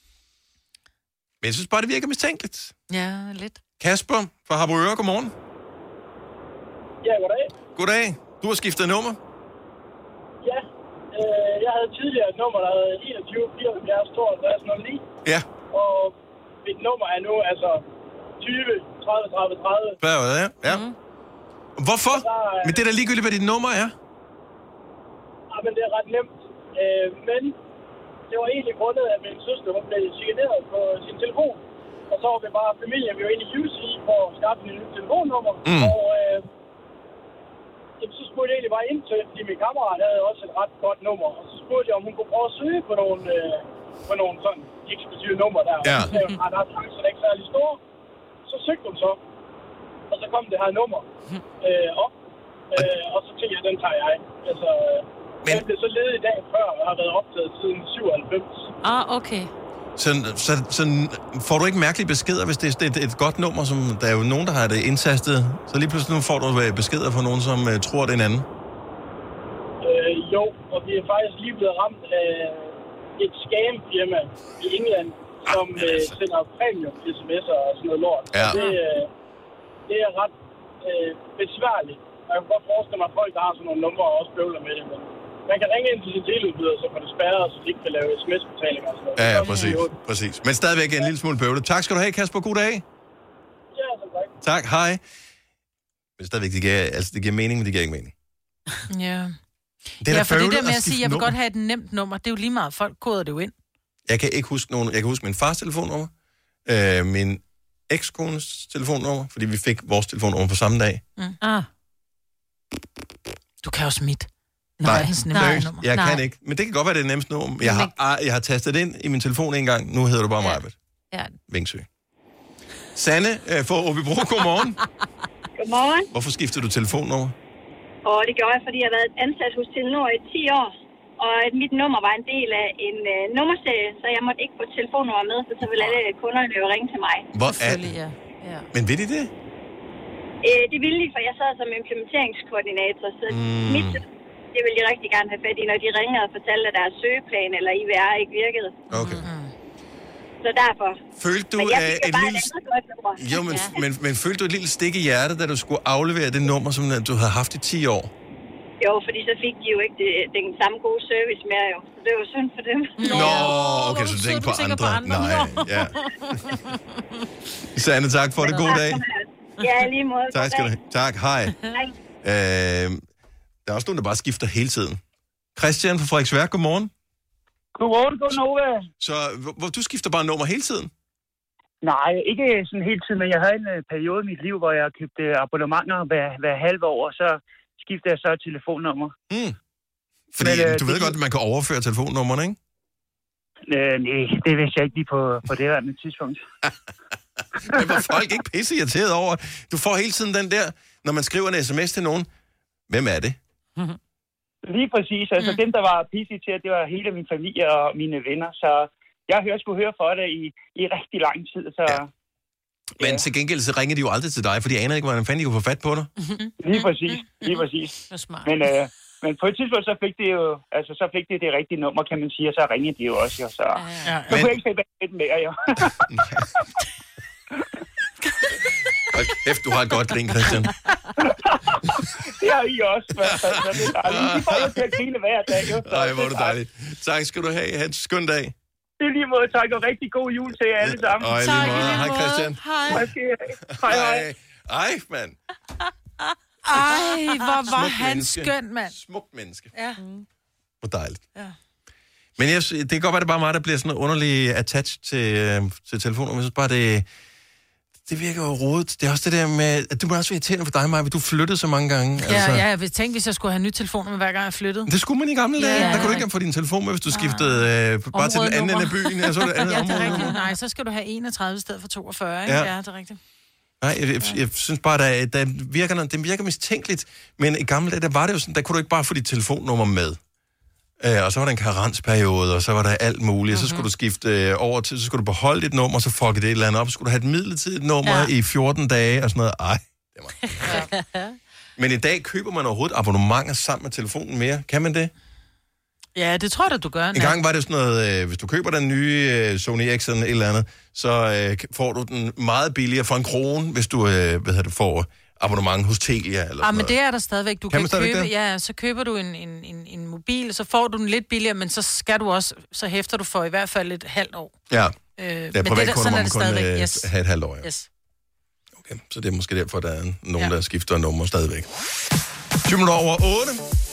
Men jeg synes bare, det virker mistænkeligt. Ja, lidt. Kasper fra Harboøre, godmorgen. Ja, goddag. Goddag. Du har skiftet nummer? Ja. Øh, jeg havde tidligere et nummer, der hed enogtyve fireoghalvfjerds tooghalvtreds nul ni. Ja. Og mit nummer er nu altså tyve tredive tredive tredive. Hvad er det? Ja. Mm. Hvorfor? Der, øh... Men det er da ligegyldigt, hvad dit nummer er. Ja, men det er ret nemt. Øh, men det var egentlig grundet, at min søster blev chikaneret på sin telefon. Og så var vi bare familien, vi var inde i U C for at skaffe en nyt telefonnummer. Mm. Og øh, jamen, så spurgte jeg egentlig bare ind til, fordi min kammerat havde også et ret godt nummer. Og så spurgte jeg, om hun kunne prøve at søge på nogle, øh, på nogle sådan eksklusive nummer der. Ja. Og så sagde hun, at der er chancen ikke særlig stor. Så søgte hun så. Og så kom det her nummer øh, op. Øh, og så tænkte jeg, den tager jeg. Altså, men... jeg blev så ledig i dag før, og har været optaget siden syvoghalvfems. Ah, okay. Så, så, så får du ikke mærkelige beskeder, hvis det er et, et godt nummer, som der er jo nogen, der har det indtastet. Så lige pludselig nu får du beskeder fra nogen, som uh, tror, det er en anden. Øh, jo, og vi er faktisk lige blevet ramt af et scam-firma i England, som ah, altså. øh, sender premium-sms'er og sådan noget lort. Ja. Det, øh, det er ret øh, besværligt. Jeg kan godt forestille mig, at folk, der har sådan nogle numre, også bøvler med det. Men man kan ringe ind til sin teleudbyder, så får det spærret, så de ikke kan lave sms-betalinger. Så ja, ja, præcis, præcis. Men stadigvæk en lille smule bøvlet. Tak skal du have, Kasper. God dag. Ja, så tak. Tak, hej. Men stadigvæk, det giver, altså, det giver mening, men det giver ikke mening. Ja. Det er ja, for det der med at, at sige, jeg vil godt have et nemt nummer, det er jo lige meget. Folk koder det jo ind. Jeg kan ikke huske nogen. Jeg kan huske min fars telefonnummer, øh, min ekskones telefonnummer, fordi vi fik vores telefonnummer på samme dag. Mm. Ah. Du kan også mit. Nej, Nej. jeg Nej. kan ikke. Men det kan godt være, det er nemmest nummer. Jeg har, jeg har tastet det ind i min telefon en gang. Nu hedder du bare ja. Majbert. Ja. Vingsø. Sanne øh, for Åbybro, godmorgen. Godmorgen. Hvorfor skiftede du telefonnummer? Og det gjorde jeg, fordi jeg har været ansat hos Telenor i ti år. Og mit nummer var en del af en uh, nummerserie, så jeg måtte ikke få telefonnummer med, så så ville alle kunderne jo ringe til mig. Hvor er det? Ja. Ja. Men ved de det? Øh, det ville de, for jeg sad som implementeringskoordinator, så mm. mit, det ville de rigtig gerne have fat i, når de ringede og fortalte, at deres søgeplan eller I V R ikke virkede. Okay. Mm. Så derfor. Følte du men uh, et lille... Jo, men, ja. men, men følte du et lille stik i hjertet, da du skulle aflevere det nummer, som du havde haft i ti år? Jo, fordi så fik de jo ikke det, den samme gode service mere, jo. Så det var synd for dem. Nå, okay, så du tænker på andre. på andre. Nej, ja. Sanne, tak for det. God dag. Ja, lige måde. Tak skal du have. Tak, hej. Hej. Øh, der er også nogen, der bare skifter hele tiden. Christian fra Frederiksværk, godmorgen. Godmorgen, godnova. Så hvor, du skifter bare nummer hele tiden? Nej, ikke sådan hele tiden, men jeg havde en uh, periode i mit liv, hvor jeg købte abonnementer hver, hver halve år, og så skifter jeg så et telefonnummer. Mm. Fordi men, øh, du ved det, godt, at man kan overføre telefonnummerne, ikke? Øh, nej, det vidste jeg ikke lige på, på det her tidspunkt. Men var folk ikke pisse irriteret over? Du får hele tiden den der, når man skriver en sms til nogen. Hvem er det? Lige præcis. Altså mm. dem, der var pisse irriteret, det var hele min familie og mine venner. Så jeg har skulle høre for det i, i rigtig lang tid. Så... Ja. Men ja. Til gengæld så ringer de jo aldrig til dig, for de aner ikke, hvordan fanden de kunne få fat på dig. Lige præcis. Lige præcis. Men, øh, men på et tidspunkt, så fik det jo, altså så fik det det rigtige nummer, kan man sige, og så ringede de jo også, jo. Så, ja. så men... kunne jeg ikke se lidt mere, jo. Hold kæft, du har et godt grin, Christian. Det har I også, i hvert fald. Så det er dejligt. De får jo til at grine hver dag, jo. Nej, hvor er det dejligt. Tak skal du have. Ha' en skøn dag. Det er lige måde, tak, og rigtig god jul til jer alle sammen. Og i lige måde. Hej, Christian. Hej. Hej, hej. Ej, mand. Ej, hvor var Smuk han menneske. skøn, mand. Smukt menneske. Ja. Hvor dejligt. Ja. Men jeg, det kan godt være, det er bare mig, der bliver sådan underlig attached til, øh, til telefonen. Jeg synes bare, det, det virker jo rodet. Det er også det der med, at du må også være irriterende for dig, Maja, du flyttede så mange gange. Ja, altså. ja, jeg ville tænke, hvis jeg skulle have nyt telefon med hver gang jeg flyttede. Det skulle man i gamle dage. Ja, ja. Der kunne du ikke få din telefon med, hvis du skiftede øh, bare til den anden ende af byen. Ja, så det andet ja, det er område. rigtigt. Nej, så skal du have enogtredive i stedet for toogfyrre, ikke? Ja. Ja, det er rigtigt. Nej, jeg, jeg, jeg synes bare, der, der virker, det virker mistænkeligt. Men i gamle dage, der var det jo sådan, der kunne du ikke bare få dit telefonnummer med. Øh, og så var der en karensperiode, og så var der alt muligt. Mm-hmm. Så skulle du skifte øh, over til, så skulle du beholde dit nummer, så fuckede det et eller andet op. Så skulle du have et midlertidigt nummer ja. i fjorten dage, og sådan noget. Ej, det var... ja. Men i dag køber man overhovedet abonnementer sammen med telefonen mere. Kan man det? Ja, det tror jeg, du gør. En gang var det sådan noget, øh, hvis du køber den nye øh, Sony X'en eller et eller andet, så øh, får du den meget billigere for en krone, hvis du øh, hvad det, får abonnement hos Telia. Eller ah, men det er der stadigvæk. Du kan, kan købe, ja, så køber du en, en, en, en mobil, så får du den lidt billigere, men så skal du også, så hæfter du for i hvert fald et halvt år. Ja, øh, det er privatkunder, hvor man kun øh, yes. have et halvt år. Ja. Yes. Okay, så det er måske derfor, der er nogen, ja. der skifter nummer stadigvæk. tyve minutter over otte.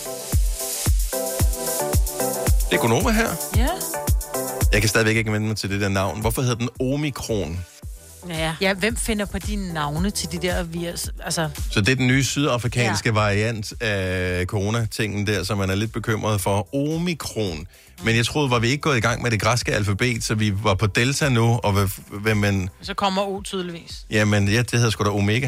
Det er Gonova her. Ja. Jeg kan stadigvæk ikke vende mig til det der navn. Hvorfor hedder den Omikron? Ja. ja, hvem finder på de navne til de der virus? Altså... Så det er den nye sydafrikanske ja. variant af corona-tingen der, som man er lidt bekymret for. Omikron. Men jeg troede, var vi ikke gået i gang med det græske alfabet, så vi var på delta nu, og hvem man... Så kommer O tydeligvis. Jamen, ja, det hedder sgu da omega.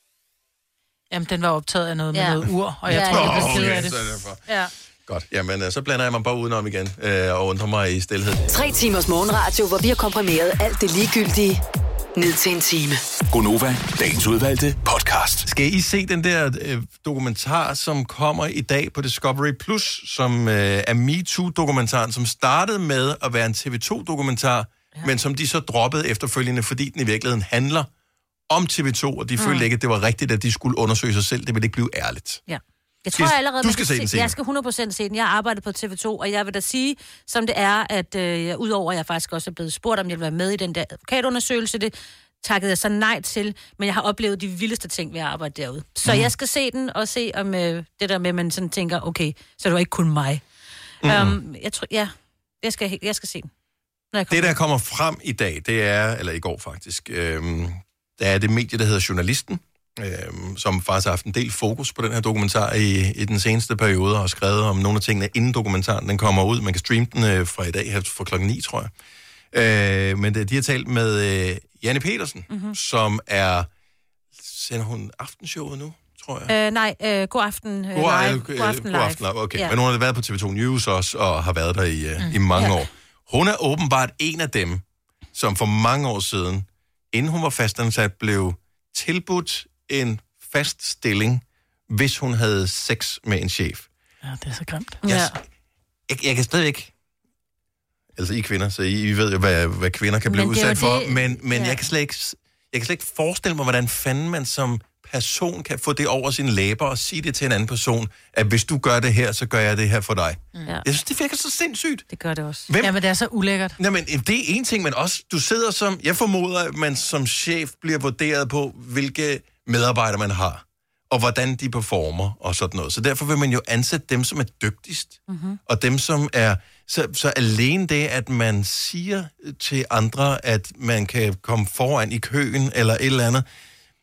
Jamen, den var optaget af noget ja. med noget ur, og jeg ja, tror, ja, jeg blev okay, af det. så er det for. Ja. Godt. Jamen, så blander jeg mig bare udenom igen, øh, og undrer mig i stilhed. Tre timers morgenradio, hvor vi har komprimeret alt det ligegyldige ned til en time. Gonova, dagens udvalgte podcast. Skal I se den der øh, dokumentar, som kommer i dag på Discovery Plus, som øh, er MeToo-dokumentaren, som startede med at være en T V to-dokumentar, ja. men som de så droppede efterfølgende, fordi den i virkeligheden handler om T V to, og de mm. følte ikke, at det var rigtigt, at de skulle undersøge sig selv. Det ville ikke blive ærligt. Ja. Jeg tror jeg allerede, du skal se den se, jeg skal hundrede procent se den. Jeg har arbejdet på T V to, og jeg vil da sige, som det er, at øh, udover at jeg faktisk også er blevet spurgt, om jeg vil være med i den der advokatundersøgelse, det takkede jeg så nej til, men jeg har oplevet de vildeste ting ved at arbejde derude. Så mm. jeg skal se den, og se om øh, det der med, at man sådan tænker, okay, så er det ikke kun mig. Mm. Um, jeg tror, ja, jeg skal, jeg skal se den. Det, der kommer frem i dag, det er, eller i går faktisk, øh, der er det medie, der hedder Journalisten, Øhm, som faktisk har haft en del fokus på den her dokumentar i, i den seneste periode, og har skrevet om nogle af tingene, inden dokumentaren den kommer ud. Man kan streame den øh, fra i dag her fra klokken ni, tror jeg. Øh, men det, de har talt med øh, Janne Petersen, mm-hmm. som er... Sender hun aftenshowet nu, tror jeg? Øh, nej, øh, god aften øh, god, live. Øh, god aften live. God aften live, okay. Ja. Men hun har været på T V to News også, og har været der i, øh, mm. i mange ja. år. Hun er åbenbart en af dem, som for mange år siden, inden hun var fastansat, blev tilbudt en fast stilling, hvis hun havde sex med en chef. Ja, det er så grimt. Jeg, ja. jeg, jeg kan stadig ikke... Altså, I er kvinder, så I, I ved jo, hvad, hvad kvinder kan blive udsat for. Det... Men, men ja. jeg, kan slet ikke, jeg kan slet ikke forestille mig, hvordan fanden man som person kan få det over sine læber og sige det til en anden person, at hvis du gør det her, så gør jeg det her for dig. Mm. Ja. Jeg synes, det virker så sindssygt. Det gør det også. Hvem? Ja, men det er så ulækkert. Nej, men det er en ting, men også, du sidder som... Jeg formoder, at man som chef bliver vurderet på, hvilke medarbejdere man har, og hvordan de performer og sådan noget. Så derfor vil man jo ansætte dem, som er dygtigst, mm-hmm. og dem, som er... Så, så alene det, at man siger til andre, at man kan komme foran i køen, eller et eller andet,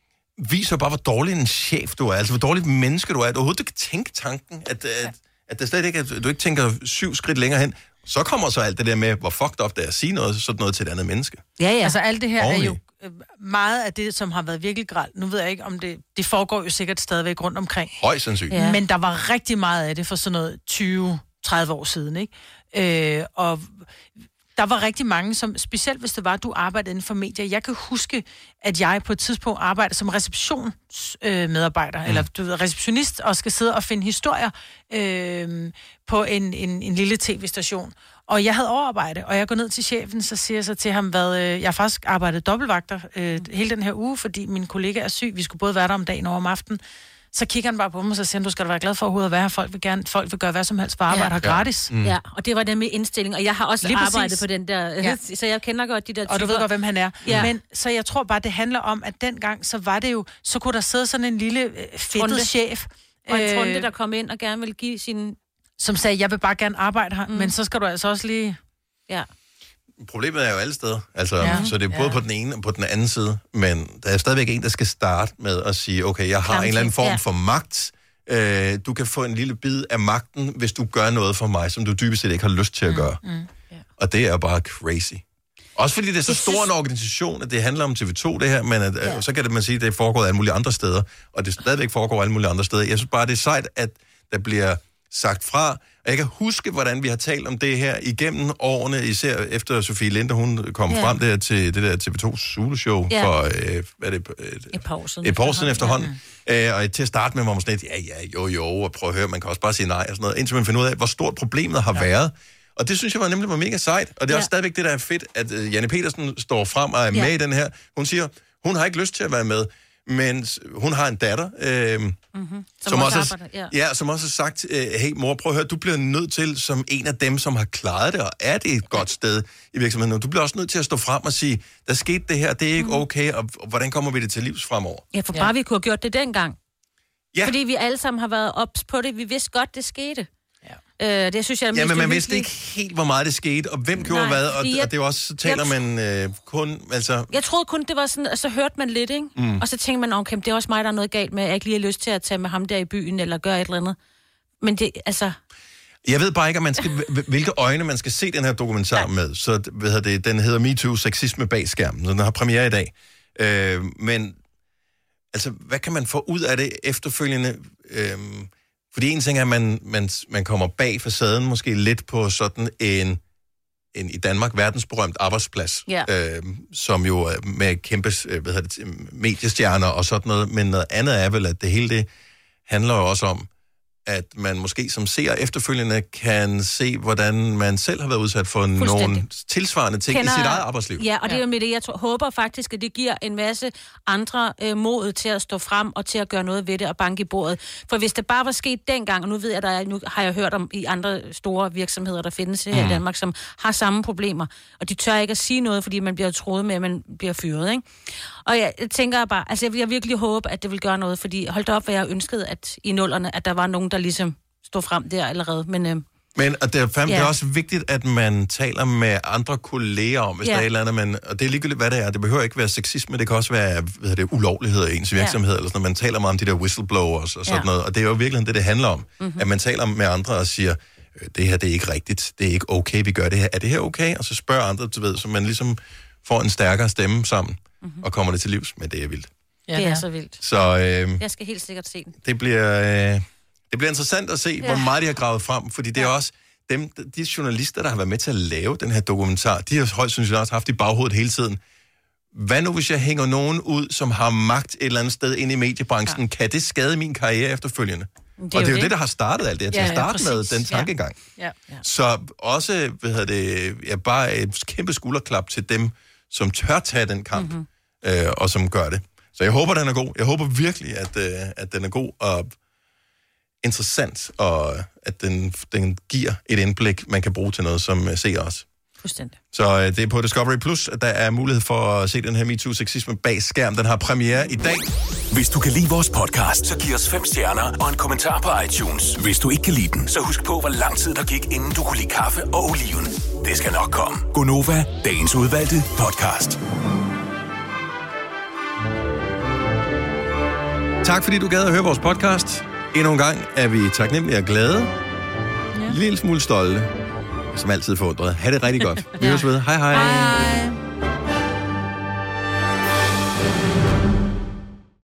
viser bare, hvor dårlig en chef du er, altså hvor dårligt menneske du er, at du overhovedet ikke kan tænke tanken, at, at, at, det slet ikke, at du ikke tænker syv skridt længere hen. Så kommer så alt det der med, hvor fucked up det er at sige noget, sådan noget til et andet menneske. Ja, ja. Altså alt det her Ordentlig. er jo meget af det, som har været virkelig grelt. Nu ved jeg ikke, om det... Det foregår jo sikkert stadigvæk rundt omkring. Højst sandsynligt. Ja. Men der var rigtig meget af det for sådan noget tyve til tredive år siden, ikke? Øh, og der var rigtig mange, som... Specielt hvis det var, at du arbejdede inden for medier. Jeg kan huske, at jeg på et tidspunkt arbejdede som receptionsmedarbejder, øh, mm. eller du ved, receptionist, og skal sidde og finde historier øh, på en, en, en lille tv-station. Og jeg havde overarbejde, og jeg går ned til chefen, så siger jeg så til ham, hvad øh, jeg har faktisk arbejdet dobbeltvagter øh, hele den her uge, fordi min kollega er syg. Vi skulle både være der om dagen og om aftenen. Så kigger han bare på mig, og så siger han, du skal da være glad for overhovedet at være her. Folk vil, gerne, folk vil gøre hvad som helst for at arbejde ja. her gratis. Mm. Ja, og det var den med indstilling, og jeg har også Lige arbejdet præcis. på den der, ja. så jeg kender godt de der typer. Og du ved godt, hvem han er. Ja. Men så jeg tror bare, det handler om, at dengang, så var det jo, så kunne der sidde sådan en lille fedtet chef. Og en trunde, der kom ind og gerne ville give sin... Som sagde, jeg vil bare gerne arbejde her, mm. men så skal du altså også lige... Ja. Problemet er jo alle steder, altså, ja. så det er både ja. på den ene og på den anden side, men der er stadigvæk en, der skal starte med at sige, okay, jeg har Klamtid. en eller anden form ja. for magt, øh, du kan få en lille bid af magten, hvis du gør noget for mig, som du dybest set ikke har lyst til at gøre. Mm. Mm. Ja. Og det er bare crazy. Også fordi det er så stor en organisation, at det handler om T V to, det her, men at, ja. så kan det, man sige, at det foregår alle mulige andre steder, og det stadigvæk foregår alle mulige andre steder. Jeg synes bare, det er sejt, at der bliver sagt fra. Og jeg kan huske, hvordan vi har talt om det her igennem årene, især efter Sofie Linde, hun kom yeah. frem der til det der T V to Zulu-show yeah. for, øh, hvad er det? Et, et par år siden. Et par år siden efterhånden. Ja. Øh, og til at starte med var man sådan lidt, ja, ja, jo, jo, og prøv at høre, man kan også bare sige nej og sådan noget, indtil man finder ud af, hvor stort problemet har ja. været. Og det synes jeg var nemlig var mega sejt. Og det er ja. også stadigvæk det, der er fedt, at uh, Janne Petersen står frem og er ja. med i den her. Hun siger, hun har ikke lyst til at være med, men hun har en datter, øh, mm-hmm. som, som, også har, ja. Ja, som også har sagt, øh, hey mor, prøv at høre, du bliver nødt til, som en af dem, som har klaret det, og er det et godt sted i virksomheden, og du bliver også nødt til at stå frem og sige, der skete det her, det er ikke okay, og, og hvordan kommer vi det til livs fremover? Ja, for bare ja. vi kunne have gjort det dengang. Ja. Fordi vi alle sammen har været ops på det, vi vidste godt, det skete. Ja. Øh, det synes jeg er Ja, men man vidste uhyggeligt. ikke helt, hvor meget det skete, og hvem gjorde Nej, hvad, og, fordi jeg- og det er jo også, så taler jeg- man øh, kun, altså... Jeg troede kun, det var sådan, og så hørte man lidt, ikke? Mm. Og så tænkte man, okay, det er også mig, der er noget galt med, at jeg ikke lige har lyst til at tage med ham der i byen, eller gøre et eller andet. Men det, altså... Jeg ved bare ikke, om man skal, hvilke øjne man skal se den her dokumentar Nej. med. Så hvad hedder det, den hedder MeToo, sexisme bag skærmen, så den har premiere i dag. Øh, men altså, hvad kan man få ud af det efterfølgende? Øh, fordi en ting er, at man, man, man kommer bag facaden måske lidt på sådan en, en i Danmark verdensberømt arbejdsplads, Ja. øh, som jo er med kæmpe øh, hvad hedder det, mediestjerner og sådan noget. Men noget andet er vel, at det hele det handler jo også om, at man måske som seer efterfølgende kan se, hvordan man selv har været udsat for nogle tilsvarende ting Kender, i sit eget arbejdsliv. Ja, og det er jo med det, jeg tror, håber faktisk, at det giver en masse andre øh, mod til at stå frem og til at gøre noget ved det og banke i bordet. For hvis det bare var sket dengang, og nu ved jeg, der er, nu har jeg hørt om i andre store virksomheder, der findes her mm. i Danmark, som har samme problemer, og de tør ikke at sige noget, fordi man bliver troet med, at man bliver fyret, ikke? Og jeg, jeg tænker bare, altså jeg vil jeg virkelig håbe, at det vil gøre noget, fordi hold da op, hvad jeg ønskede, at i nullerne, at der var nogen, der ligesom stod frem der allerede, men... Øh, Men og det, er fandme, Ja. det er også vigtigt, at man taler med andre kolleger om, hvis Ja. der er et eller andet, man, og det er ligegyldigt, hvad det er. Det behøver ikke være sexisme, det kan også være hvad det, ulovligheder i ens virksomhed, ja. eller sådan noget. Man taler meget om de der whistleblowers og sådan Ja. noget, og det er jo virkelig det, det handler om. Mhm. Mm-hmm. At man taler med andre og siger, øh, det her, det er ikke rigtigt, det er ikke okay, vi gør det her. Er det her okay? Og så spørger andre, du ved, så man ligesom får en stærkere stemme sammen, mm-hmm. og kommer det til livs, men det er vildt. ja, det er så vildt. Så øh, Jeg skal helt sikkert se den. det bliver... Øh, Det bliver interessant at se, ja. Ja. hvor meget de har gravet frem, fordi det er også dem, de journalister, der har været med til at lave den her dokumentar, de har højst synes jeg også haft i baghovedet hele tiden. Hvad nu, hvis jeg hænger nogen ud, som har magt et eller andet sted inde i mediebranchen? Ja. Kan det skade min karriere efterfølgende? Det og det er jo det, det, der har startet alt det her, til Ja, at ja, starte med præcis. den tankegang. Ja. Ja. Så også, hvad hedder det, ja, bare et kæmpe skulderklap til dem, som tør tage den kamp, mm-hmm. øh, og som gør det. Så jeg håber, den er god. Jeg håber virkelig, at, øh, at den er god og interessant, og at den, den giver et indblik, man kan bruge til noget, som uh, ser os. Fuldstændig. Så uh, det er på Discovery Plus, at der er mulighed for at se den her MeToo-sexisme bag skærm. Den har premiere i dag. Hvis du kan lide vores podcast, så giv os fem stjerner og en kommentar på iTunes. Hvis du ikke kan lide den, så husk på, hvor lang tid der gik, inden du kunne lide kaffe og oliven. Det skal nok komme. Gonova, dagens udvalgte podcast. Tak fordi du gad at høre vores podcast. Endnu en gang er vi taknemmelige og glade. Ja. Lille smule stolte. Som altid forundret. Ha' det rigtig godt. Vi høres ved. Hej hej. Hej.